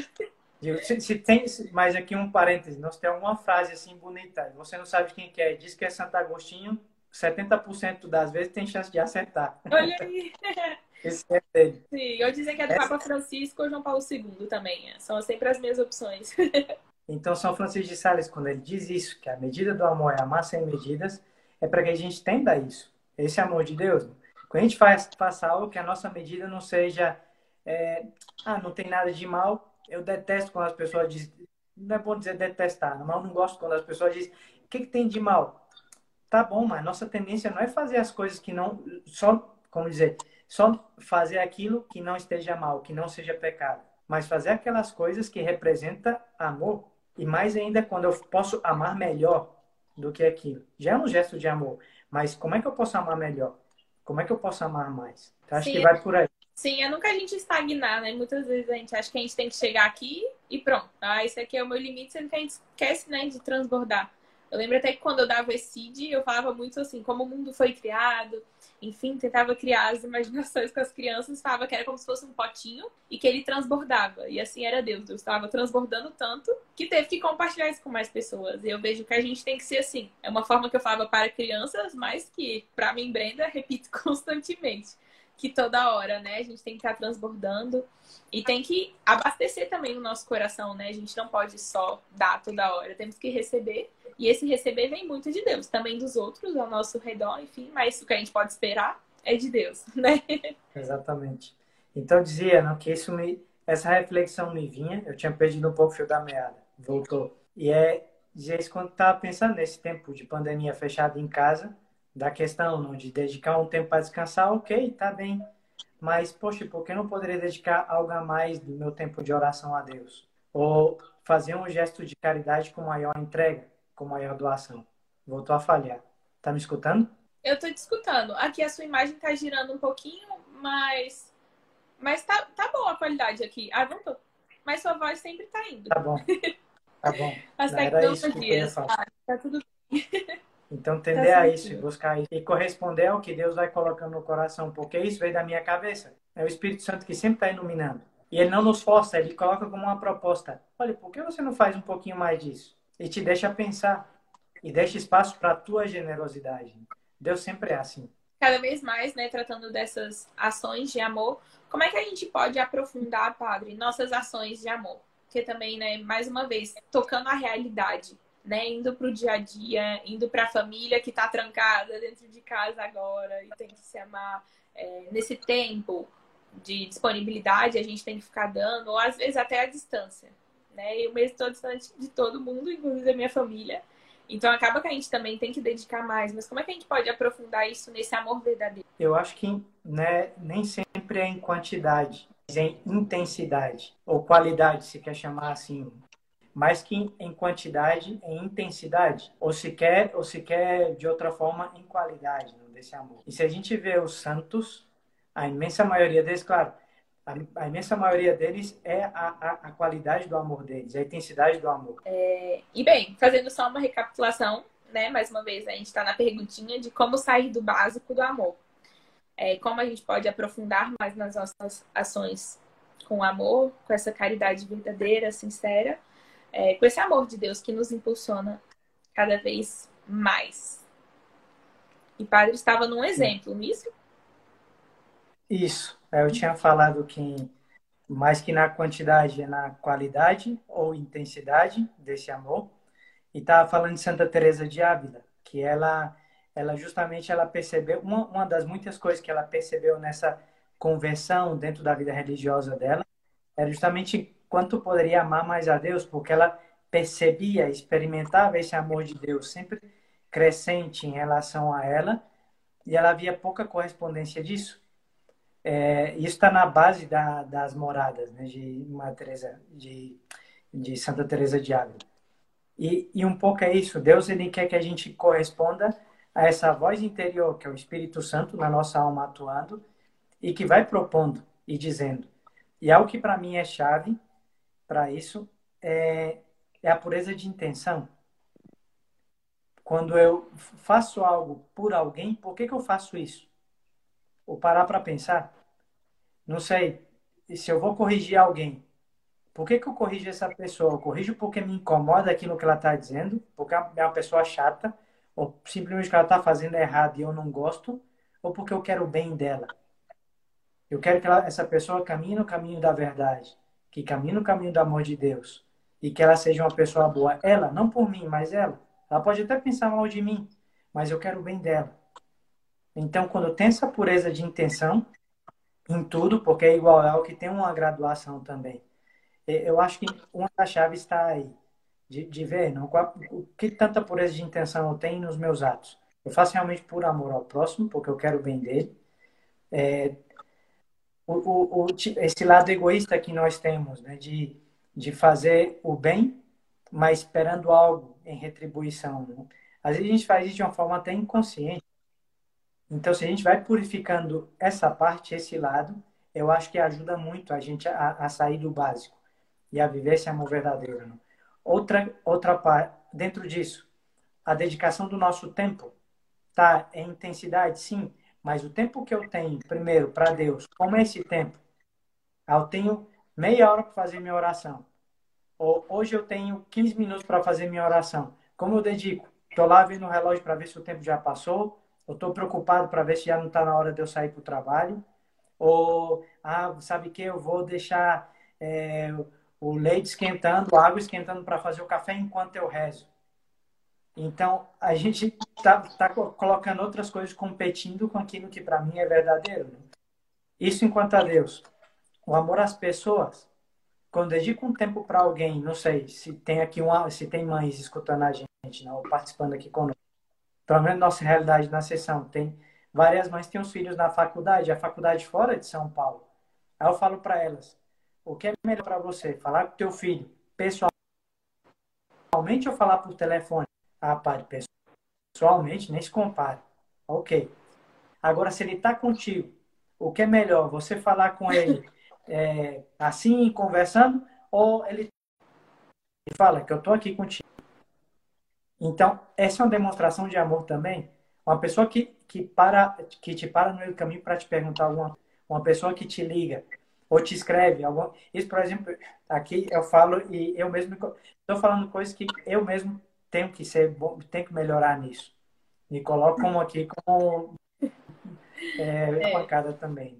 Se, se tem, mais aqui um parêntese, não, se tem alguma frase assim bonita, você não sabe quem que é, diz que é Santo Agostinho, setenta por cento das vezes tem chance de acertar.
Olha aí.
Esse é dele.
Sim, eu dizer que é do
Essa...
Papa Francisco ou João Paulo segundo também. São sempre as minhas opções.
Então, São Francisco de Sales, quando ele diz isso, que a medida do amor é amar sem medidas, é para que a gente entenda isso. Esse amor de Deus. Quando a gente faz, faça algo que a nossa medida não seja, é, ah, não tem nada de mal. Eu detesto quando as pessoas dizem, não é bom dizer detestar, mas eu não gosto quando as pessoas dizem, o que, que tem de mal? Tá bom, mas nossa tendência não é fazer as coisas que não, só, como dizer, só fazer aquilo que não esteja mal, que não seja pecado, mas fazer aquelas coisas que representam amor. E mais ainda quando eu posso amar melhor do que aquilo. Já é um gesto de amor. Mas como é que eu posso amar melhor? Como é que eu posso amar mais? Então, acho
Sim,
que vai por aí.
Sim, é nunca a gente estagnar, né? Muitas vezes a gente acha que a gente tem que chegar aqui e pronto. Ah, esse aqui é o meu limite, sendo que a gente esquece, né, de transbordar. Eu lembro até que quando eu dava esse C I D, eu falava muito assim, como o mundo foi criado, enfim, tentava criar as imaginações com as crianças, falava que era como se fosse um potinho e que ele transbordava. E assim era Deus, Deus estava transbordando tanto que teve que compartilhar isso com mais pessoas. E eu vejo que a gente tem que ser assim. É uma forma que eu falava para crianças, mas que, para mim, Brenda, repito constantemente. Que toda hora, né, a gente tem que estar transbordando e tem que abastecer também o nosso coração, né? A gente não pode só dar toda hora, temos que receber. E esse receber vem muito de Deus, também dos outros ao nosso redor, enfim, mas o que a gente pode esperar é de Deus, né?
Exatamente. Então, eu dizia, não, que isso me, essa reflexão me vinha, eu tinha perdido um pouco o fio da meada, voltou. E é dizer isso quando estava pensando nesse tempo de pandemia fechado em casa, da questão não, de dedicar um tempo para descansar, ok, tá bem. Mas, poxa, por que não poderia dedicar algo a mais do meu tempo de oração a Deus? Ou fazer um gesto de caridade com maior entrega, com maior doação? Voltou a falhar. Tá me escutando?
Eu tô te escutando. Aqui a sua imagem tá girando um pouquinho, mas... Mas tá, tá boa a qualidade aqui. Ah, voltou. Mas sua voz sempre tá indo.
Tá bom. Tá bom.
As
Não, era isso que eu ia
tecnologias.
falar.
Ah, tá tudo bem.
Então, tender
Tá
a isso,
certinho.
buscar isso, e corresponder ao que Deus vai colocando no coração, porque isso veio da minha cabeça. É o Espírito Santo que sempre está iluminando. E ele não nos força, ele coloca como uma proposta. Olha, por que você não faz um pouquinho mais disso? E te deixa pensar. E deixa espaço para a tua generosidade. Deus sempre é assim.
Cada vez mais, né, tratando dessas ações de amor, como é que a gente pode aprofundar, Padre, nossas ações de amor? Porque também, né, mais uma vez, tocando a realidade, né, indo para o dia a dia, indo para a família que está trancada dentro de casa agora e tem que se amar é, nesse tempo de disponibilidade, a gente tem que ficar dando, ou às vezes até a distância, né? Eu mesmo estou distante de todo mundo, inclusive da minha família. Então acaba que a gente também tem que dedicar mais. Mas como é que a gente pode aprofundar isso nesse amor verdadeiro?
Eu acho que, né, nem sempre é em quantidade, mas em intensidade. Ou qualidade, se quer chamar assim. Mais que em quantidade, em intensidade. Ou se quer, ou se quer de outra forma, em qualidade, não, desse amor. E se a gente vê os santos, a imensa maioria deles, claro, a, a imensa maioria deles é a, a, a qualidade do amor deles, a intensidade do amor.
É... E bem, fazendo só uma recapitulação, né? Mais uma vez, a gente está na perguntinha de como sair do básico do amor. é, como a gente pode aprofundar mais nas nossas ações com amor, com essa caridade verdadeira, sincera, é, com esse amor de Deus que nos impulsiona cada vez mais. E Padre estava num exemplo nisso?
Isso. Eu tinha falado que mais que na quantidade, é na qualidade ou intensidade desse amor. E estava falando de Santa Teresa de Ávila, que ela, ela justamente ela percebeu uma, uma das muitas coisas que ela percebeu nessa conversão dentro da vida religiosa dela era justamente quanto poderia amar mais a Deus, porque ela percebia, experimentava esse amor de Deus sempre crescente em relação a ela e ela via pouca correspondência disso. É, isso está na base da, das moradas, né, de, uma Teresa, de, de Santa Teresa de Ávila. E, e um pouco é isso. Deus ele quer que a gente corresponda a essa voz interior, que é o Espírito Santo na nossa alma atuando e que vai propondo e dizendo. E algo que para mim é chave para isso é, é a pureza de intenção. Quando eu faço algo por alguém, por que, que eu faço isso? Ou parar para pensar, não sei, se eu vou corrigir alguém, por que, que eu corrijo essa pessoa? Eu corrijo porque me incomoda aquilo que ela está dizendo, porque é uma pessoa chata, ou simplesmente que ela está fazendo errado e eu não gosto, ou porque eu quero o bem dela. Eu quero que ela, essa pessoa caminhe no caminho da verdade, que caminhe no caminho do amor de Deus, e que ela seja uma pessoa boa. Ela, não por mim, mas ela. Ela pode até pensar mal de mim, mas eu quero o bem dela. Então, quando eu tenho essa pureza de intenção em tudo, porque é igual ao que tem uma graduação também. Eu acho que uma das chaves está aí, de, de ver não, o que tanta pureza de intenção eu tenho nos meus atos. Eu faço realmente por amor ao próximo, porque eu quero o bem dele. É, o, o, o, esse lado egoísta que nós temos, né, de, de fazer o bem, mas esperando algo em retribuição. Né? Às vezes a gente faz isso de uma forma até inconsciente. Então, se a gente vai purificando essa parte, esse lado, eu acho que ajuda muito a gente a, a sair do básico e a viver esse amor verdadeiro. Né? Outra, outra parte, dentro disso, a dedicação do nosso tempo, tá? É intensidade, sim, mas o tempo que eu tenho, primeiro, para Deus, como é esse tempo? Eu tenho meia hora para fazer minha oração. Ou hoje eu tenho quinze minutos para fazer minha oração. Como eu dedico? Estou lá vendo o relógio para ver se o tempo já passou, eu estou preocupado para ver se já não está na hora de eu sair para o trabalho, ou, ah, sabe que eu vou deixar é, o leite esquentando, a água esquentando para fazer o café enquanto eu rezo. Então, a gente está tá colocando outras coisas competindo com aquilo que para mim é verdadeiro. Né? Isso enquanto a Deus. O amor às pessoas, quando dedico um tempo para alguém, não sei se tem aqui uma, se tem mães escutando a gente, não, ou participando aqui conosco. Pelo menos nossa realidade na sessão. Tem várias mães que têm os filhos na faculdade, a faculdade fora de São Paulo. Aí eu falo para elas, o que é melhor para você? Falar com o teu filho pessoalmente ou falar por telefone? Ah, pai, pessoalmente nem se compara. Ok. Agora, se ele está contigo, o que é melhor? Você falar com ele é, assim, conversando, ou ele fala que eu estou aqui contigo? Então, essa é uma demonstração de amor também. Uma pessoa que, que, para, que te para no meio do caminho para te perguntar alguma uma pessoa que te liga ou te escreve. Alguma, isso, por exemplo, aqui eu falo e eu mesmo estou falando coisas que eu mesmo tenho que ser bom, tenho que melhorar nisso. Me coloco como aqui como é, é. pancada também.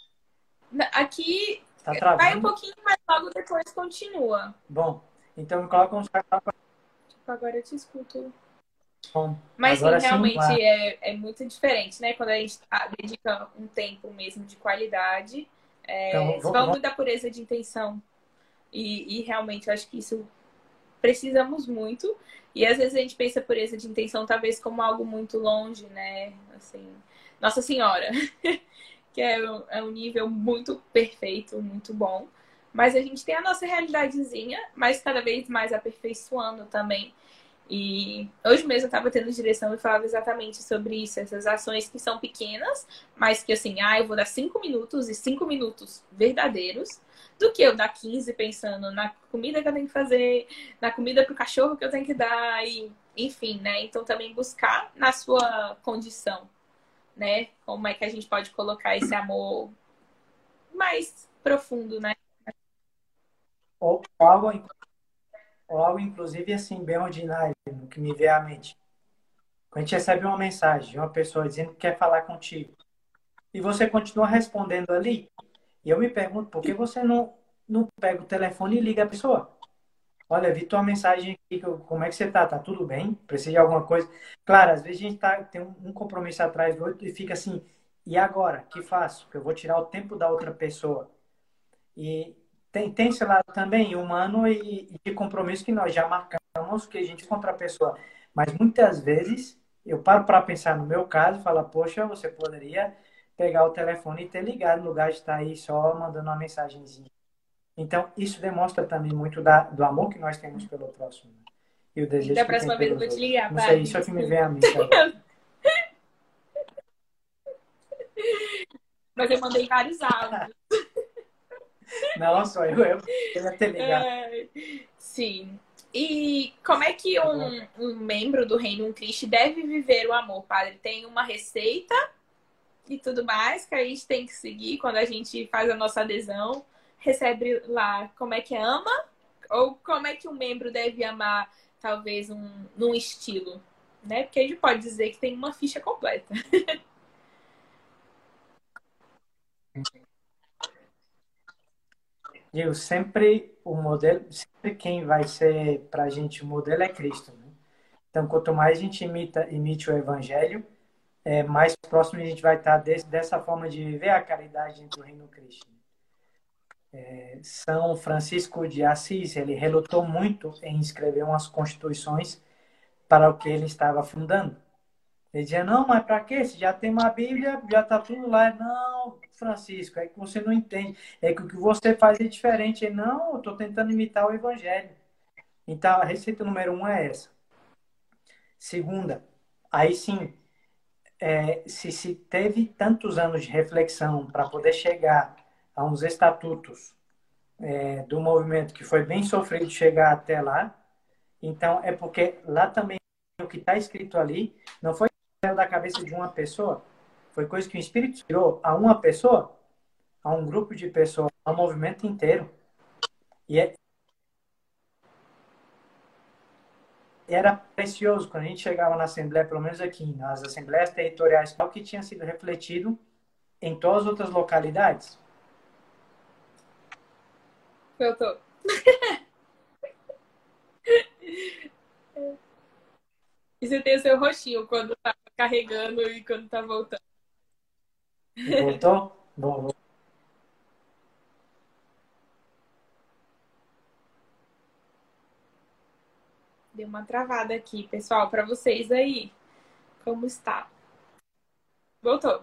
Aqui
tá travando?
Vai um pouquinho, mas logo depois continua.
Bom, então me coloca um
Agora eu te escuto.
Bom,
mas sim,
sim,
realmente
claro.
é, é muito diferente, né? Quando a gente dedica um tempo mesmo de qualidade, é, então, vou, vamos vou... da pureza de intenção. E, e realmente eu acho que isso precisamos muito. E às vezes a gente pensa pureza de intenção talvez como algo muito longe, né? Assim, Nossa Senhora, que é, é um nível muito perfeito, muito bom. Mas a gente tem a nossa realidadezinha, mas cada vez mais aperfeiçoando também. E hoje mesmo eu estava tendo direção e falava exatamente sobre isso, essas ações que são pequenas, mas que assim, ah, eu vou dar cinco minutos e cinco minutos verdadeiros, do que eu dar quinze pensando na comida que eu tenho que fazer, na comida pro cachorro que eu tenho que dar, e enfim, né? Então também buscar na sua condição, né? Como é que a gente pode colocar esse amor mais profundo, né?
Ou algo, ou algo, inclusive, assim, bem ordinário, no que me vem à mente. Quando a gente recebe uma mensagem de uma pessoa dizendo que quer falar contigo, e você continua respondendo ali, e eu me pergunto, por que você não, não pega o telefone e liga a pessoa? Olha, vi tua mensagem aqui, como é que você tá? Tá tudo bem? Precisa de alguma coisa? Claro, às vezes a gente tá, tem um compromisso atrás do outro e fica assim, e agora? O que faço? Porque eu vou tirar o tempo da outra pessoa. E tem, tem esse lado também humano e, e de compromisso que nós já marcamos que a gente encontra a pessoa. Mas muitas vezes eu paro para pensar no meu caso e falo, poxa, você poderia pegar o telefone e ter ligado no lugar de estar aí só mandando uma mensagenzinha. Então, isso demonstra também muito da, do amor que nós temos pelo próximo, né? E o
Da
desejo que tem
próxima vez eu
pelos
vou te
outros.
ligar,
Não sei,
padre.
isso é o que me vem à mente agora.
Mas eu mandei vários áudios.
Não, só eu, eu queria ter ligado.
É, sim. E como é que um, um membro do Reino Cristo deve viver o amor, padre? Tem uma receita e tudo mais que a gente tem que seguir quando a gente faz a nossa adesão? Recebe lá como é que ama? Ou como é que um membro deve amar, talvez, um, num estilo? Né? Porque a gente pode dizer que tem uma ficha completa.
Eu sempre, o modelo, sempre quem vai ser para a gente o modelo é Cristo, né? Então, quanto mais a gente imita, imite o Evangelho, é, mais próximo a gente vai estar desse, dessa forma de viver a caridade entre o Reino Cristo. É, São Francisco de Assis, ele relutou muito em escrever umas constituições para o que ele estava fundando. Ele dizia, não, mas para quê? Se já tem uma Bíblia, já está tudo lá. Não, Francisco, é que você não entende. É que o que você faz é diferente. Ele, não, eu estou tentando imitar o Evangelho. Então, a receita número um é essa. Segunda, aí sim, é, se, se teve tantos anos de reflexão para poder chegar a uns estatutos é, do movimento que foi bem sofrido chegar até lá, então é porque lá também o que está escrito ali não foi da cabeça de uma pessoa, foi coisa que o Espírito tirou a uma pessoa, a um grupo de pessoas, ao movimento inteiro. E é, era precioso quando a gente chegava na Assembleia, pelo menos aqui, nas Assembleias Territoriais, o que tinha sido refletido em todas as outras localidades.
Eu tô. E você tem o seu roxinho quando tá carregando e quando tá voltando.
Voltou? Bom,
Deu uma travada aqui, pessoal, para vocês aí. Como está? Voltou.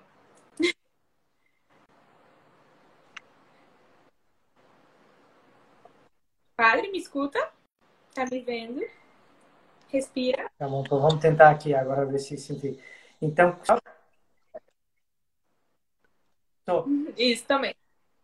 Padre, me escuta? Tá me vendo? Respira.
tá bom, então vamos tentar aqui agora ver se sentir. Então, tô.
Isso também.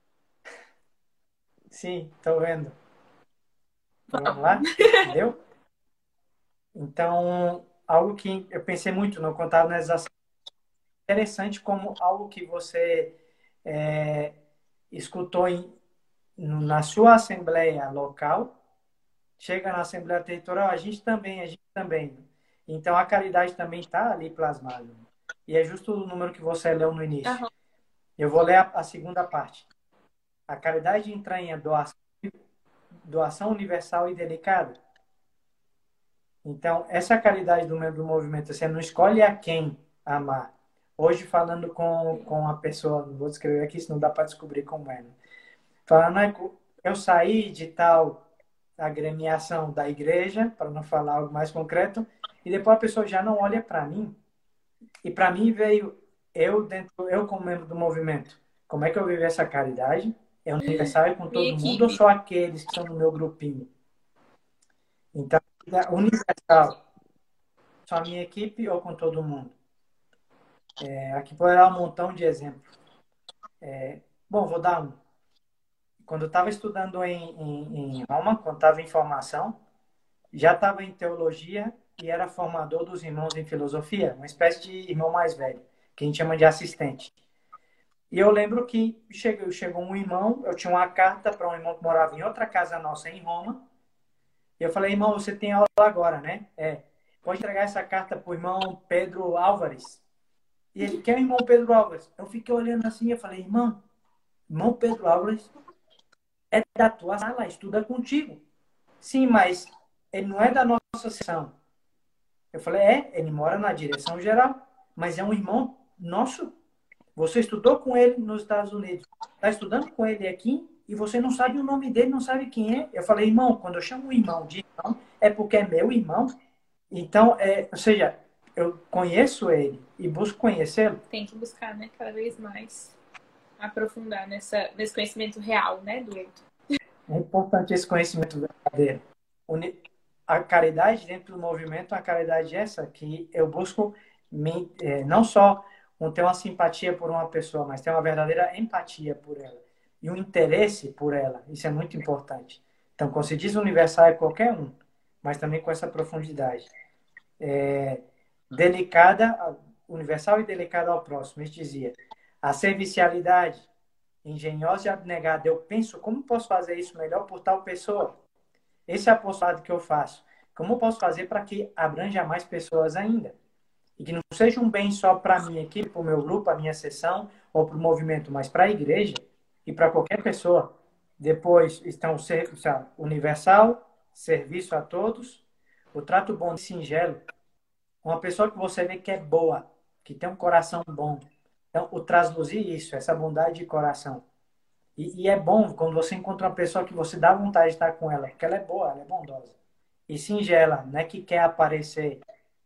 Sim, tô vendo. Então, vamos
Vamos.
lá? Deu? Então, algo que eu pensei muito no contato nas ações, interessante como algo que você é, escutou em, na sua assembleia local, chega na assembleia territorial, a gente também, a gente também. Então, a caridade também está ali plasmada. E é justo o número que você leu no início.
Uhum.
Eu vou ler a, a segunda parte. A caridade entranha doação, doação universal e delicada. Então, essa caridade do membro do movimento, você não escolhe a quem amar. Hoje, falando com, com a pessoa, não vou descrever aqui, senão dá para descobrir como é. Né? Falando, né, eu saí de tal agremiação da igreja, para não falar algo mais concreto, e depois a pessoa já não olha para mim. E para mim veio eu dentro, eu como membro do movimento. Como é que eu vivo essa caridade? É universal é com todo mundo ou só aqueles que são no meu grupinho? Então, universal, só a minha equipe ou com todo mundo? É, aqui pode dar um montão de exemplos. É, bom, vou dar um. Quando eu estava estudando em, em, em Roma, quando estava em formação, já estava em teologia e era formador dos irmãos em filosofia, uma espécie de irmão mais velho, que a gente chama de assistente. E eu lembro que chegou, chegou um irmão, eu tinha uma carta para um irmão que morava em outra casa nossa em Roma. E eu falei, irmão, você tem aula agora, né? É. Pode entregar essa carta para o irmão Pedro Álvares. E ele, quem é o irmão Pedro Álvares? Eu fiquei olhando assim e eu falei, irmão, irmão Pedro Álvares é da tua sala, estuda contigo. Sim, mas ele não é da nossa seção. Eu falei, é, ele mora na direção geral, mas é um irmão nosso. Você estudou com ele nos Estados Unidos, está estudando com ele aqui e você não sabe o nome dele, não sabe quem é. Eu falei, irmão, quando eu chamo um irmão de irmão, é porque é meu irmão. Então, é, ou seja, eu conheço ele e busco conhecê-lo.
Tem que buscar, né, cada vez mais aprofundar nessa, nesse conhecimento real, né, do outro.
É importante esse conhecimento verdadeiro. A caridade dentro do movimento, a caridade essa que eu busco me, é, não só ter uma simpatia por uma pessoa, mas ter uma verdadeira empatia por ela e um interesse por ela. Isso é muito importante. Então, quando se diz universal é qualquer um, mas também com essa profundidade. É, delicada, universal e delicada ao próximo. Ele dizia, a servicialidade engenhosa e abnegada. Eu penso, como posso fazer isso melhor por tal pessoa? Esse é o apostolado que eu faço. Como eu posso fazer para que abranja mais pessoas ainda? E que não seja um bem só para a minha equipe, para o meu grupo, a minha sessão ou para o movimento, mas para a igreja e para qualquer pessoa. Depois estão o universal, serviço a todos, o trato bom e singelo. Uma pessoa que você vê que é boa, que tem um coração bom. Então, o trasluzir isso, essa bondade de coração. E, e é bom quando você encontra uma pessoa que você dá vontade de estar com ela, porque ela é boa, ela é bondosa. E singela, não é que quer aparecer.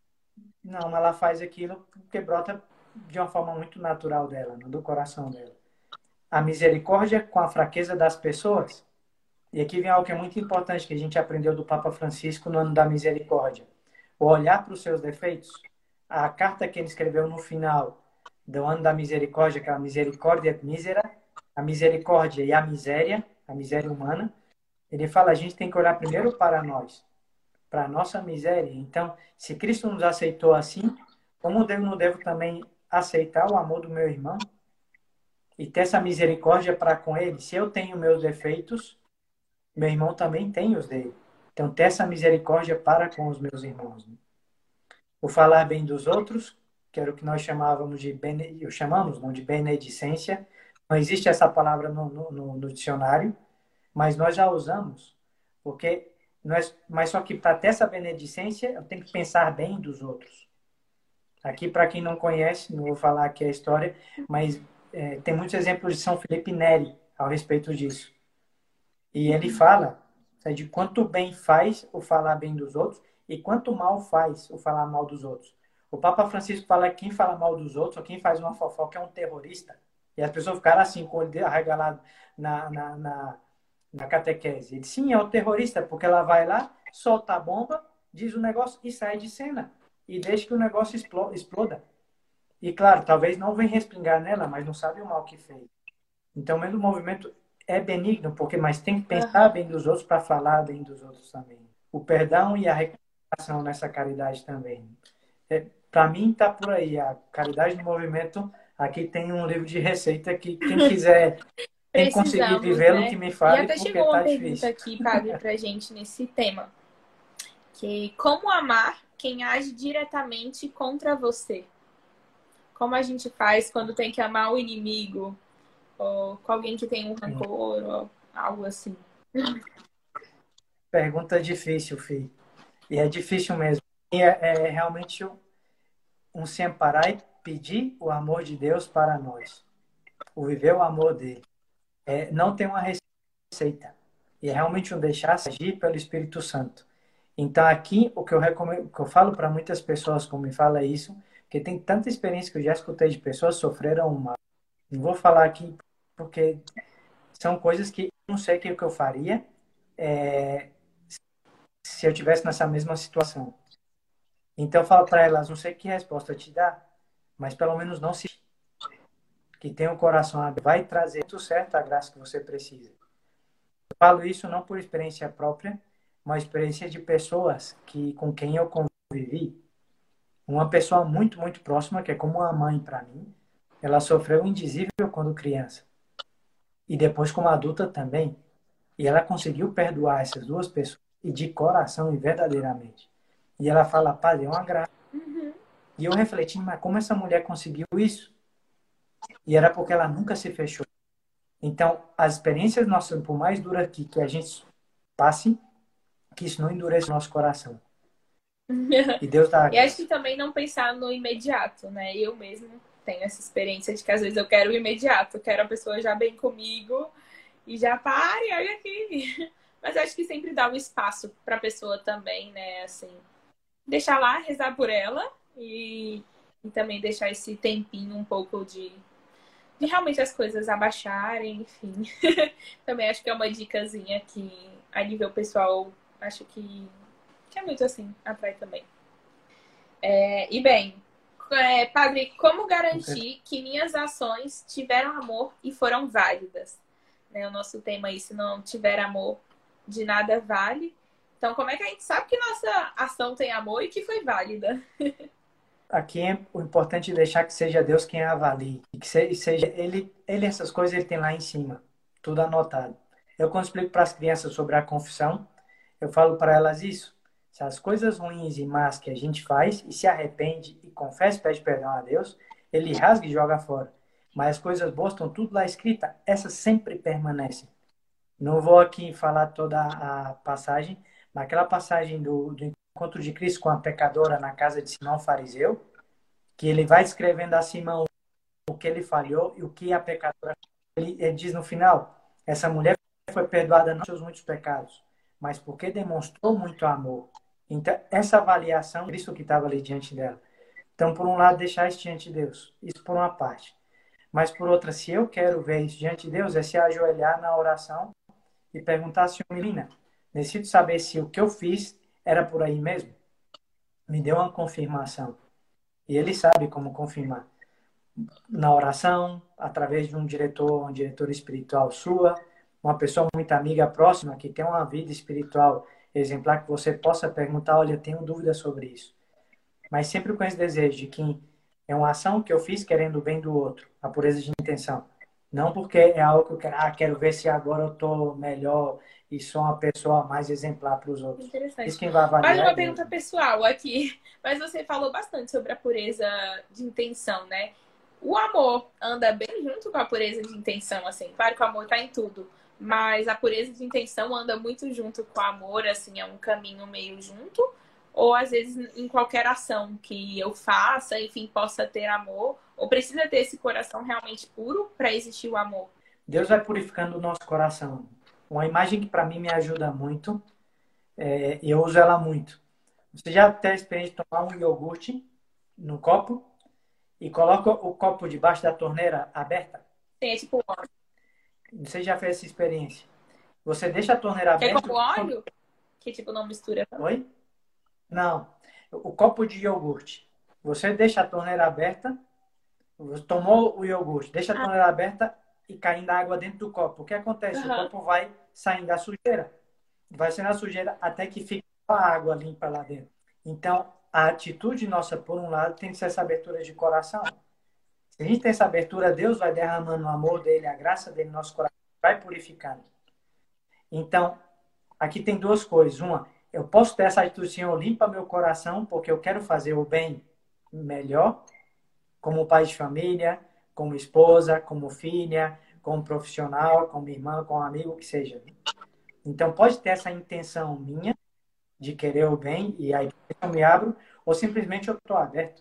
Não, ela faz aquilo porque brota de uma forma muito natural dela, do coração dela. A misericórdia com a fraqueza das pessoas. E aqui vem algo que é muito importante que a gente aprendeu do Papa Francisco no ano da misericórdia. O olhar para os seus defeitos. A carta que ele escreveu no final do ano da misericórdia, que é a misericórdia mísera, a misericórdia e a miséria, a miséria humana, ele fala, a gente tem que olhar primeiro para nós, para a nossa miséria. Então, se Cristo nos aceitou assim, como eu não devo também aceitar o amor do meu irmão e ter essa misericórdia para com ele? Se eu tenho meus defeitos, meu irmão também tem os dele. Então, ter essa misericórdia para com os meus irmãos. O falar bem dos outros, que era o que nós chamávamos de, bene, eu chamamos não, de benedicência. Não existe essa palavra no, no, no dicionário, mas nós já usamos, porque nós, mas só que para ter essa benedicência, eu tenho que pensar bem dos outros. Aqui, para quem não conhece, não vou falar aqui a história, mas é, tem muitos exemplos de São Felipe Neri ao respeito disso. E ele fala de quanto bem faz o falar bem dos outros e quanto mal faz o falar mal dos outros. O Papa Francisco fala que quem fala mal dos outros ou quem faz uma fofoca é um terrorista. E as pessoas ficaram assim, com o olho arregalado na, na, na, na catequese. Ele disse, sim, é um terrorista, porque ela vai lá, solta a bomba, diz o negócio e sai de cena. E deixa que o negócio exploda. E claro, talvez não venha respingar nela, mas não sabe o mal que fez. Então, mesmo o movimento é benigno, porque mas tem que pensar uhum. bem dos outros para falar bem dos outros também. O perdão e a reconciliação nessa caridade também. É, para mim, está por aí. A caridade no movimento, aqui tem um livro de receita que quem quiser, quem conseguir vivê-lo, né? Que me fale,
e até
porque
chegou uma
tá
pergunta
difícil.
aqui, padre, pra gente nesse tema. Que como amar quem age diretamente contra você? Como a gente faz quando tem que amar o inimigo? Ou com alguém que tem um rancor, ou algo assim.
Pergunta difícil, Fih. E é difícil mesmo. E é, é realmente um, um se amparar e pedir o amor de Deus para nós. O viver o amor dele. É, não tem uma receita. E é realmente um deixar-se agir pelo Espírito Santo. Então, aqui, o que eu, recomendo, o que eu falo para muitas pessoas, como me fala isso, que tem tanta experiência que eu já escutei de pessoas que sofreram mal. Não vou falar aqui porque são coisas que eu não sei o que eu faria é, se eu tivesse nessa mesma situação. Então eu falo para elas, não sei que resposta te dar, mas pelo menos não se que tem o coração aberto, vai trazer tudo certo a graça que você precisa. Eu falo isso não por experiência própria, mas experiência de pessoas que com quem eu convivi. Uma pessoa muito, muito próxima, que é como uma mãe para mim, ela sofreu um indizível quando criança. E depois como adulta também. E ela conseguiu perdoar essas duas pessoas, e de coração e verdadeiramente. E ela fala, padre, é uma graça.
Uhum.
E eu refleti, mas como essa mulher conseguiu isso? E era porque ela nunca se fechou. Então, as experiências nossas, por mais duras que, que a gente passe, que isso não endureça o nosso coração. E Deus dá a
E acho que
graça.
também não pensar no imediato, né? Eu mesmo tenho essa experiência de que às vezes eu quero o imediato, eu quero a pessoa já bem comigo e já pare, olha aqui. Mas acho que sempre dá um espaço para a pessoa também, né? Assim, deixar lá, rezar por ela e, e também deixar esse tempinho um pouco de, de realmente as coisas abaixarem, enfim. Também acho que é uma dicasinha que, a nível pessoal, acho que, que é muito assim, atrai também. É, e bem, é, padre, como garantir que minhas ações tiveram amor e foram válidas? Né, o nosso tema aí, se não tiver amor, de nada vale. Então, como é que a gente sabe que nossa ação tem amor e que foi válida?
Aqui é o importante é deixar que seja Deus quem avalie. E que seja ele, ele, essas coisas ele tem lá em cima. Tudo anotado. Eu, quando explico para as crianças sobre a confissão, eu falo para elas isso. Se as coisas ruins e más que a gente faz e se arrepende e confessa e pede perdão a Deus, ele rasga e joga fora. Mas as coisas boas estão tudo lá escrita, essas sempre permanecem. Não vou aqui falar toda a passagem, mas aquela passagem do, do encontro de Cristo com a pecadora na casa de Simão Fariseu, que ele vai descrevendo a Simão o que ele falhou e o que a pecadora. Ele, ele diz no final: essa mulher foi perdoada não pelos seus muitos pecados, mas porque demonstrou muito amor. Então, essa avaliação, Cristo que estava ali diante dela. Então, por um lado, deixar isso diante de Deus. Isso por uma parte. Mas por outra, se eu quero ver isso diante de Deus, é se ajoelhar na oração e perguntar, Senhor, menina, necessito saber se o que eu fiz era por aí mesmo. Me deu uma confirmação. E ele sabe como confirmar. Na oração, através de um diretor, uma diretora espiritual sua, uma pessoa muito amiga, próxima, que tem uma vida espiritual exemplar, que você possa perguntar, olha, tenho dúvida sobre isso. Mas sempre com esse desejo de que é uma ação que eu fiz querendo o bem do outro, a pureza de intenção. Não porque é algo que eu quero, ah, quero ver se agora eu estou melhor e sou uma pessoa mais exemplar para os outros.
Interessante.
Isso quem vai
Olha,
avaliar
uma
é Deus.
pergunta pessoal aqui. Mas você falou bastante sobre a pureza de intenção, né? O amor anda bem junto com a pureza de intenção, assim. Claro que o amor tá em tudo, mas a pureza de intenção anda muito junto com o amor, assim, é um caminho meio junto. Ou às vezes em qualquer ação que eu faça, enfim, possa ter amor. Ou precisa ter esse coração realmente puro para existir o amor.
Deus vai purificando o nosso coração. Uma imagem que para mim me ajuda muito, é, eu uso ela muito. Você já teve a experiência de tomar um iogurte no copo e coloca o copo debaixo da torneira aberta?
Tem, é tipo
Você já fez essa experiência? Você deixa a torneira
que é
aberta...
como óleo, que tipo não mistura.
Oi? Não. O copo de iogurte. Você deixa a torneira aberta, você tomou o iogurte, deixa a torneira aberta e caindo a água dentro do copo. O que acontece?
Uhum.
O copo vai saindo da sujeira. Vai sendo a sujeira até que fica a água limpa lá dentro. Então, a atitude nossa, por um lado, tem que ser essa abertura de coração. Se a gente tem essa abertura, Deus vai derramando o amor dele, a graça dele no nosso coração, vai purificando. Então, aqui tem duas coisas. Uma, eu posso ter essa atitude, Senhor, limpa meu coração, porque eu quero fazer o bem melhor, como pai de família, como esposa, como filha, como profissional, como irmã, como amigo, que seja. Então, pode ter essa intenção minha de querer o bem, e aí eu me abro, ou simplesmente eu estou aberto.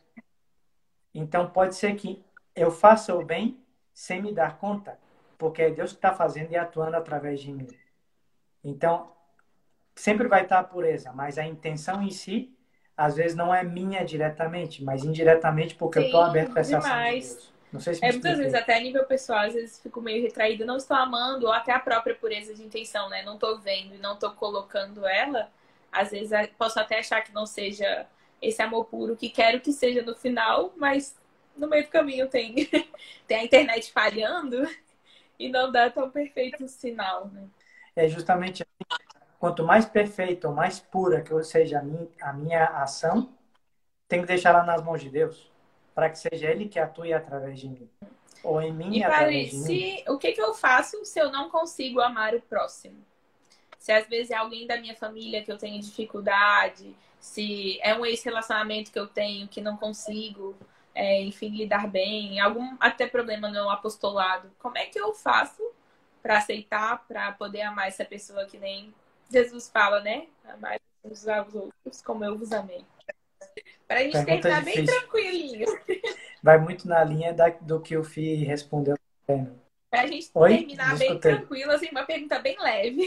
Então, pode ser que eu faça o bem sem me dar conta, porque é Deus que está fazendo e atuando através de mim. Então, sempre vai estar a pureza, mas a intenção em si, às vezes não é minha diretamente, mas indiretamente porque Sim, eu estou aberto para essa ação de Deus. Não sei se me
é, muitas
expliquei.
vezes, até a nível pessoal, às vezes fico meio retraída, não estou amando, ou até a própria pureza de intenção, né? Não estou vendo e não estou colocando ela. Às vezes posso até achar que não seja esse amor puro que quero que seja no final, mas no meio do caminho tem, tem a internet falhando e não dá tão perfeito o sinal, né?
É justamente assim. Quanto mais perfeita ou mais pura que seja a minha, a minha ação, tenho que deixar ela nas mãos de Deus, para que seja Ele que atue através de mim. Ou em mim
E,
e
padre,
através de mim.
se, o que, que eu faço se eu não consigo amar o próximo? Se às vezes é alguém da minha família que eu tenho dificuldade, se é um ex-relacionamento que eu tenho que não consigo, é, enfim, lidar bem, algum até problema no apostolado, como é que eu faço para aceitar, para poder amar essa pessoa que nem Jesus fala, né? Amar uns aos outros como eu vos amei. Para a gente
Pergunta
terminar bem
difícil.
tranquilinho.
Vai muito na linha da, do que o Fih respondeu.
Para a gente
Oi?
terminar bem
Desculpei.
tranquilo, assim, uma pergunta bem leve.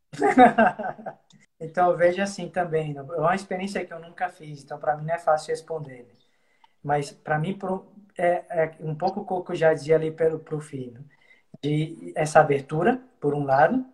Então, eu vejo assim também. É uma experiência que eu nunca fiz, então para mim não é fácil responder. Mas para mim por, é, é um pouco o que eu já dizia ali pelo pro filho, de essa abertura, por um lado,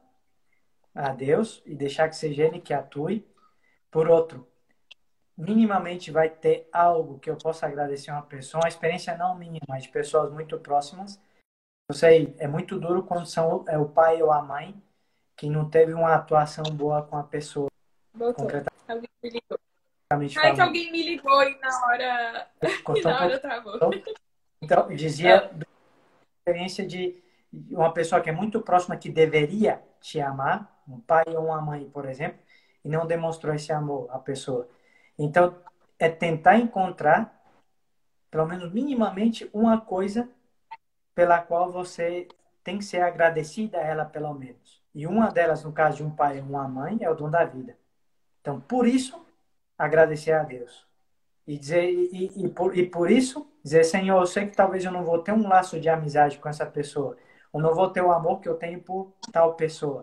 a Deus, e deixar que seja Ele que atue. Por outro, minimamente vai ter algo que eu possa agradecer a uma pessoa, uma experiência não minha, mas de pessoas muito próximas. Eu sei, é muito duro quando são é o pai ou a mãe que não teve uma atuação boa com a pessoa,
Voltou. Alguém me ligou.
concretamente
Ai, que
falando.
alguém me ligou e na hora, e
Cortou um
na
pouco.
hora travou.
Então, eu dizia da experiência de uma pessoa que é muito próxima que deveria te amar, um pai ou uma mãe, por exemplo, e não demonstrou esse amor à pessoa. Então, é tentar encontrar, pelo menos minimamente, uma coisa pela qual você tem que ser agradecida a ela, pelo menos. E uma delas, no caso de um pai ou uma mãe, é o dom da vida. Então, por isso, agradecer a Deus. E, dizer, e, e, por, e por isso, dizer, Senhor, eu sei que talvez eu não vou ter um laço de amizade com essa pessoa, ou não vou ter o amor que eu tenho por tal pessoa,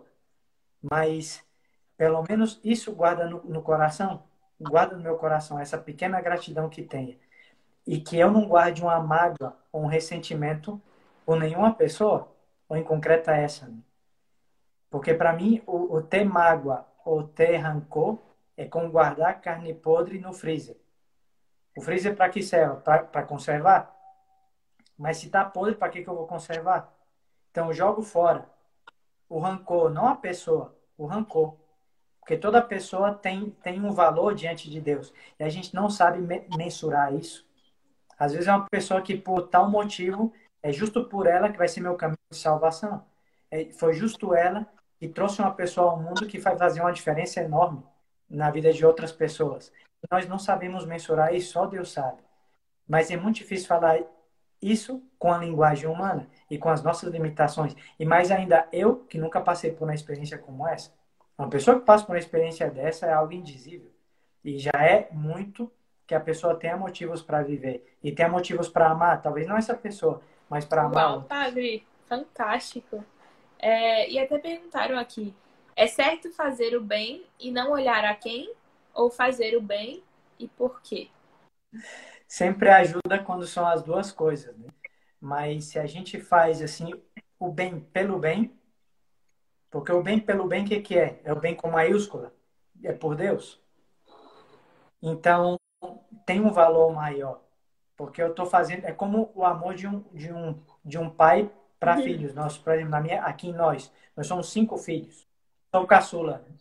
mas pelo menos isso guarda no, no coração, guarda no meu coração essa pequena gratidão que tenha. E que eu não guarde uma mágoa ou um ressentimento por nenhuma pessoa, ou em concreto essa. Porque para mim, o, o ter mágoa ou ter rancor é como guardar carne podre no freezer. O freezer para que serve? Para conservar? Mas se está podre, para que, que eu vou conservar? Então eu jogo fora. O rancor, não a pessoa, o rancor. Porque toda pessoa tem, tem um valor diante de Deus. E a gente não sabe me mensurar isso. Às vezes é uma pessoa que, por tal motivo, é justo por ela que vai ser meu caminho de salvação. É, foi justo ela que trouxe uma pessoa ao mundo que vai fazer uma diferença enorme na vida de outras pessoas. Nós não sabemos mensurar isso, só Deus sabe. Mas é muito difícil falar isso com a linguagem humana e com as nossas limitações. E mais ainda, eu, que nunca passei por uma experiência como essa, uma pessoa que passa por uma experiência dessa é algo indizível. E já é muito que a pessoa tenha motivos para viver e tenha motivos para amar. Talvez não essa pessoa, mas para amar
Uau,
outra.
padre, fantástico. É, e até perguntaram aqui, é certo fazer o bem e não olhar a quem? Ou fazer o bem e por quê?
Sempre ajuda quando são as duas coisas, né? Mas se a gente faz assim o bem pelo bem, porque o bem pelo bem, o que, que é? É o bem com maiúscula, é por Deus. Então tem um valor maior, porque eu estou fazendo, é como o amor de um de um de um pai para filhos. Nós, por exemplo, na minha, aqui nós, nós somos cinco filhos, sou o caçula, né?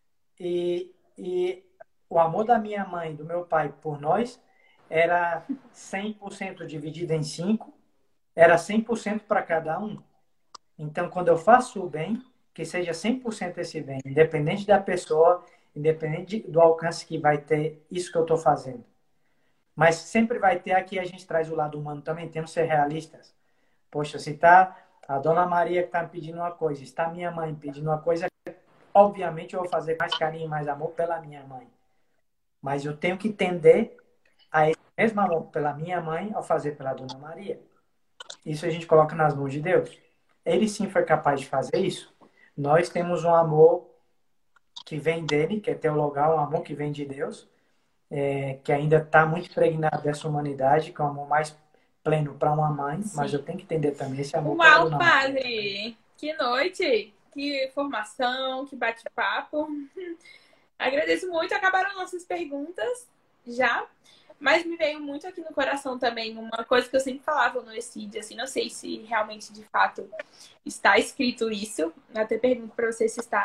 e e o amor da minha mãe, do meu pai por nós era cem por cento dividido em cinco, era cem por cento para cada um. Então, quando eu faço o bem, que seja cem por cento esse bem, independente da pessoa, independente do alcance que vai ter isso que eu estou fazendo. Mas sempre vai ter aqui, a gente traz o lado humano também, temos que ser realistas. Poxa, se está a Dona Maria que está me pedindo uma coisa, está minha mãe pedindo uma coisa, obviamente eu vou fazer mais carinho e mais amor pela minha mãe. Mas eu tenho que entender a esse mesmo amor pela minha mãe ao fazer pela Dona Maria. Isso a gente coloca nas mãos de Deus. Ele sim foi capaz de fazer isso. Nós temos um amor que vem dele, que é teologal, um amor que vem de Deus, é, que ainda está muito impregnado dessa humanidade, que é um amor mais pleno para uma mãe, sim. Mas eu tenho que entender também esse amor.
Uau, padre! Que noite! Que formação, que bate-papo. Agradeço muito. Acabaram nossas perguntas já. Mas me veio muito aqui no coração também uma coisa que eu sempre falava no ECID, assim, não sei se realmente de fato está escrito isso, até pergunto para você se está,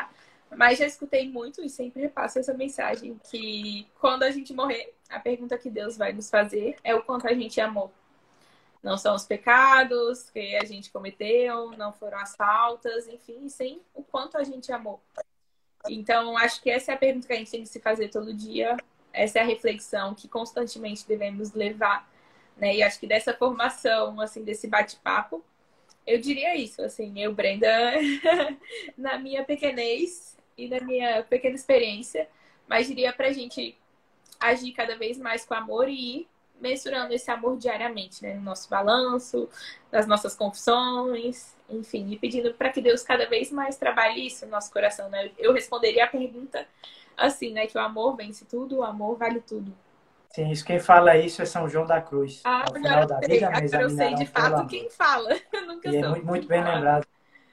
Mas já escutei muito e sempre repasso essa mensagem que quando a gente morrer, a pergunta que Deus vai nos fazer é o quanto a gente amou. Não são os pecados que a gente cometeu, não foram as faltas, enfim, sim o quanto a gente amou. Então, acho que essa é a pergunta que a gente tem que se fazer todo dia. Essa é a reflexão que constantemente devemos levar, né? E acho que dessa formação, assim, desse bate-papo, eu diria isso, assim, eu, Brenda, na minha pequenez e na minha pequena experiência, mas diria pra gente agir cada vez mais com amor e ir mensurando esse amor diariamente, né? No nosso balanço, nas nossas confissões, enfim, e pedindo para que Deus cada vez mais trabalhe isso no nosso coração, né? Eu responderia a pergunta assim, né? Que o amor vence tudo, o amor vale tudo.
Sim, isso quem fala isso é São João da Cruz.
Ah,
Ao
agora
final da
eu sei,
vida, me
agora eu sei
examinarão
de
pelo
fato
amor.
quem fala. Eu nunca
E é
soube
muito, muito
quem
bem
fala.
lembrado.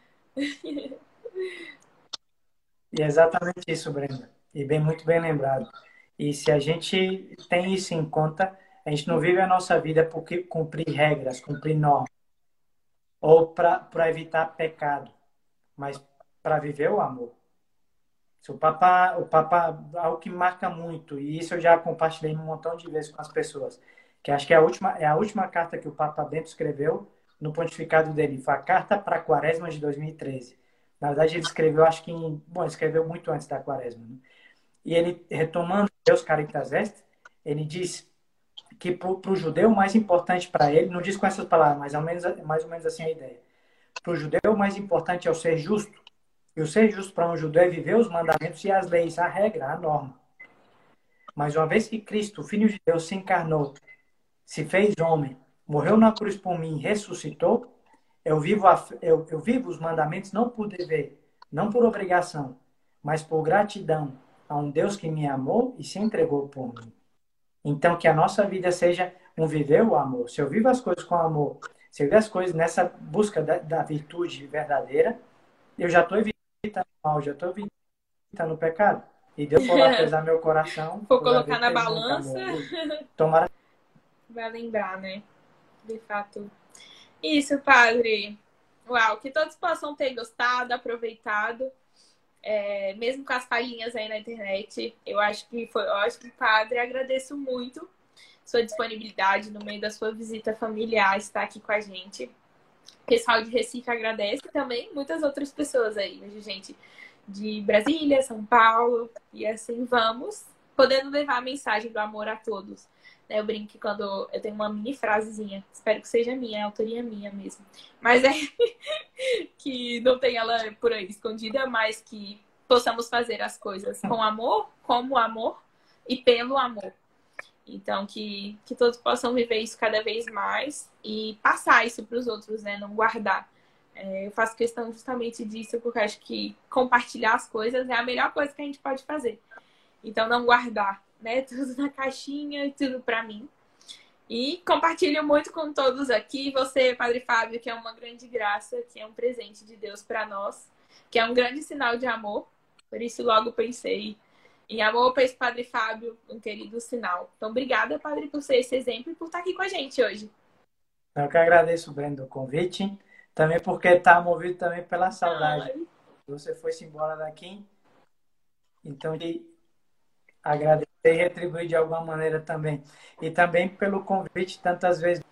E é exatamente isso, Brenda. E bem, muito bem lembrado. E se a gente tem isso em conta, a gente não vive a nossa vida por cumprir regras, cumprir normas, ou para evitar pecado, mas para viver o amor. O Papa, o Papa, algo que marca muito, e isso eu já compartilhei um montão de vezes com as pessoas, que acho que é a última, é a última carta que o Papa Bento escreveu no pontificado dele, foi a carta para a Quaresma de dois mil e treze. Na verdade, ele escreveu, acho que, em, bom, escreveu muito antes da Quaresma, né? E ele, retomando Deus Caritas Est, ele diz que para o judeu o mais importante para ele, não diz com essas palavras, mas ao menos, mais ou menos assim a ideia. Para o judeu o mais importante é o ser justo. E o ser justo para um judeu é viver os mandamentos e as leis, a regra, a norma. Mas uma vez que Cristo, o Filho de Deus, se encarnou, se fez homem, morreu na cruz por mim, ressuscitou, eu vivo, a, eu, eu vivo os mandamentos não por dever, não por obrigação, mas por gratidão a um Deus que me amou e se entregou por mim. Então, que a nossa vida seja um viver o amor. Se eu vivo as coisas com amor, se eu vivo as coisas nessa busca da, da virtude verdadeira, eu já estou evitando o mal, já estou evitando o pecado. E Deus for lá pesar meu coração,
Vou
eu vai
colocar
ver
na
que ele nunca
balança.
amou. Tomara.
Vai lembrar, né? De fato. Isso, padre. Uau, que todos possam ter gostado, aproveitado. É, mesmo com as palhinhas aí na internet. Eu acho que foi ótimo, padre. Agradeço muito sua disponibilidade no meio da sua visita familiar, estar aqui com a gente. O pessoal de Recife agradece também, muitas outras pessoas aí, gente de Brasília, São Paulo, e assim vamos, podendo levar a mensagem do amor a todos. Eu brinco que quando eu tenho uma mini frasezinha, espero que seja minha, é autoria minha mesmo, mas é que não tem ela por aí escondida, mas que possamos fazer as coisas com amor, como amor e pelo amor. Então, que, que todos possam viver isso cada vez mais e passar isso para os outros, né? Não guardar. É, eu faço questão justamente disso, porque acho que compartilhar as coisas é a melhor coisa que a gente pode fazer. Então, não guardar, né? Tudo na caixinha e tudo para mim. E compartilho muito com todos aqui. Você, Padre Fábio, que é uma grande graça, que é um presente de Deus para nós, que é um grande sinal de amor. Por isso, logo pensei em amor para esse Padre Fábio, um querido sinal. Então, obrigada, Padre, por ser esse exemplo e por estar aqui com a gente hoje.
Eu que agradeço, Brenda, o convite. Também porque está movido também pela saudade. Ai. Você foi-se embora daqui. Então, de agradecer e retribuir de alguma maneira também. E também pelo convite tantas vezes.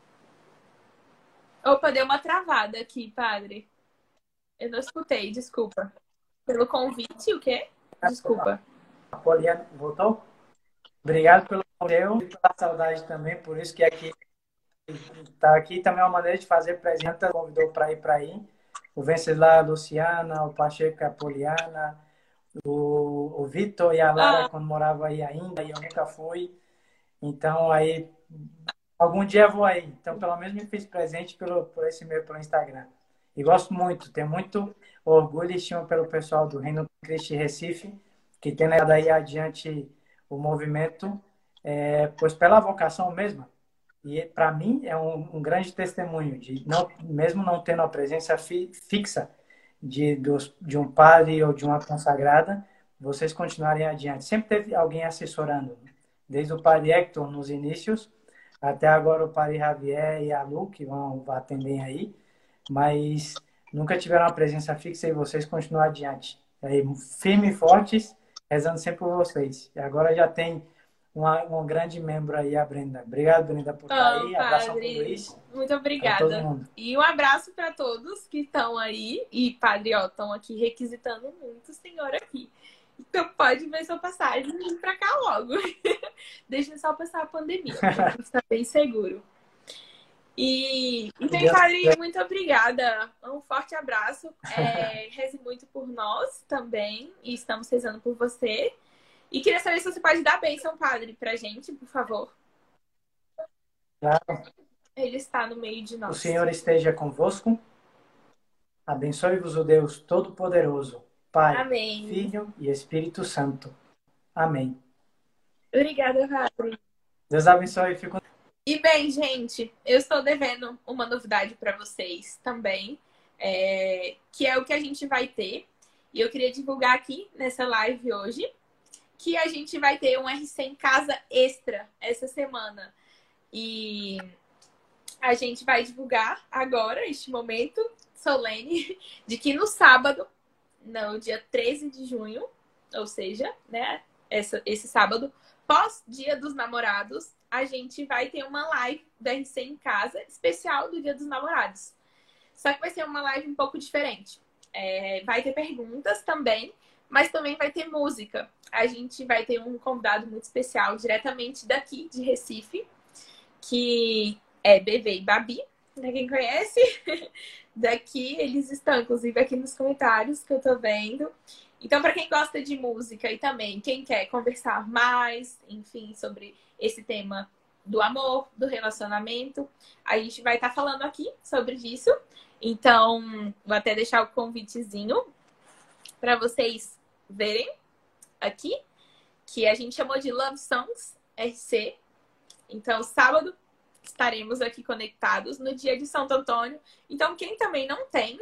Opa, deu uma travada aqui, Padre. Eu não escutei, desculpa. Pelo convite, o quê? Desculpa.
A Poliana voltou? Obrigado pelo convite e pela saudade também, por isso que aqui está aqui também é uma maneira de fazer presente, convidou para ir para aí. O Venceslau, a Luciana, o Pacheco, a Poliana, o, o Vitor e a Lara, ah. quando morava aí ainda, e eu nunca fui. Então, aí, algum dia eu vou aí. Então, pelo menos me fiz presente pelo, por esse meu pelo Instagram. E gosto muito, tenho muito orgulho e estima pelo pessoal do Reino do Cristo Recife, que tem levado aí adiante o movimento, é, pois pela vocação mesma. E para mim é um, um grande testemunho, de não, mesmo não tendo a presença fi, fixa de, dos, de um padre ou de uma consagrada, vocês continuarem adiante. Sempre teve alguém assessorando, desde o padre Hector nos inícios, até agora o padre Javier e a Lu, que vão atender aí, mas nunca tiveram uma presença fixa e vocês continuam adiante. aí, firmes e fortes, rezando sempre por vocês. E agora já tem uma, um grande membro aí, a Brenda. Obrigado, Brenda, por estar
Oh,
aí. Abração pro
padre,
Luiz.
muito obrigada.
Pra todo mundo.
E um abraço para todos que estão aí. E, padre, ó, estão aqui requisitando muito o senhor aqui. Então pode ver sua passagem e vir para cá logo. Deixa só passar a pandemia, pra gente estar bem seguro. E, então,
Deus
padre,
quiser.
muito obrigada. Um forte abraço. É, reze muito por nós também. E estamos rezando por você. E queria saber se você pode dar bênção, padre, pra gente, por favor.
Claro.
Ele está no meio de nós.
O Senhor esteja convosco. Abençoe-vos o Deus Todo-Poderoso, Pai,
Amém.
Filho e Espírito Santo. Amém.
Obrigada, padre.
Deus abençoe. Fico...
E bem, gente, eu estou devendo uma novidade para vocês também, é, que é o que a gente vai ter. E eu queria divulgar aqui nessa live hoje que a gente vai ter um R C em casa extra essa semana. E a gente vai divulgar agora, este momento solene, de que no sábado, no dia treze de junho, ou seja, né, essa, esse sábado, pós-Dia dos Namorados, a gente vai ter uma live do R C em casa, especial do Dia dos Namorados. Só que vai ser uma live um pouco diferente. É, vai ter perguntas também, mas também vai ter música. A gente vai ter um convidado muito especial, diretamente daqui de Recife, que é Bebê e Babi, pra quem conhece. Daqui, eles estão, inclusive, aqui nos comentários que eu tô vendo. Então, para quem gosta de música e também quem quer conversar mais, enfim, sobre esse tema do amor, do relacionamento, a gente vai estar tá falando aqui sobre isso. Então, vou até deixar o convitezinho para vocês verem aqui, que a gente chamou de Love Songs R C. Então, sábado, estaremos aqui conectados no dia de Santo Antônio. Então, quem também não tem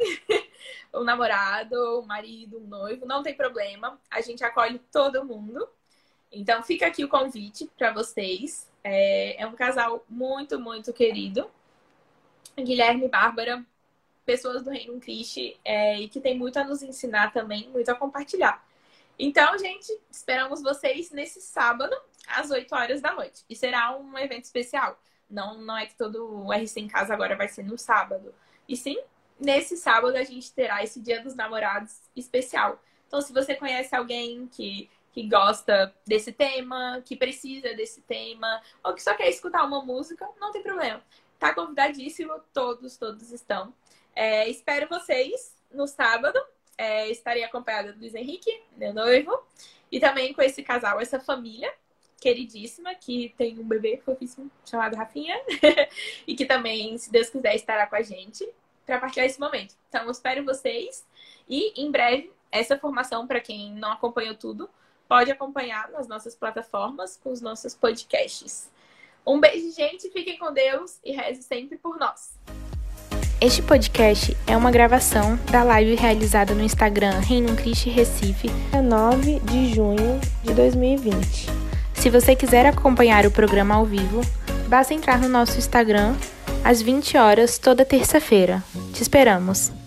um namorado, um marido, um noivo, não tem problema. A gente acolhe todo mundo. Então, fica aqui o convite para vocês. É, é um casal muito, muito querido. Guilherme e Bárbara, pessoas do Reino Cristo, é, e que tem muito a nos ensinar também, muito a compartilhar. Então, gente, esperamos vocês nesse sábado, às oito horas da noite. E será um evento especial. Não, não é que todo o R C em casa agora vai ser no sábado. E sim, nesse sábado a gente terá esse Dia dos Namorados especial. Então, se você conhece alguém que, que gosta desse tema, que precisa desse tema, ou que só quer escutar uma música, não tem problema. Tá convidadíssimo, todos, todos estão. É, espero vocês no sábado. É, estarei acompanhada do Luiz Henrique, meu noivo, e também com esse casal, essa família queridíssima, que tem um bebê fofíssimo chamado Rafinha, e que também, se Deus quiser, estará com a gente para partilhar esse momento. Então, eu espero vocês, e em breve, essa formação, para quem não acompanhou tudo, pode acompanhar nas nossas plataformas, com os nossos podcasts. Um beijo, gente, fiquem com Deus e reze sempre por nós.
Este podcast é uma gravação da live realizada no Instagram Reino Cristo Recife, dia nove de junho de dois mil e vinte. Se você quiser acompanhar o programa ao vivo, basta entrar no nosso Instagram às vinte horas toda terça-feira. Te esperamos!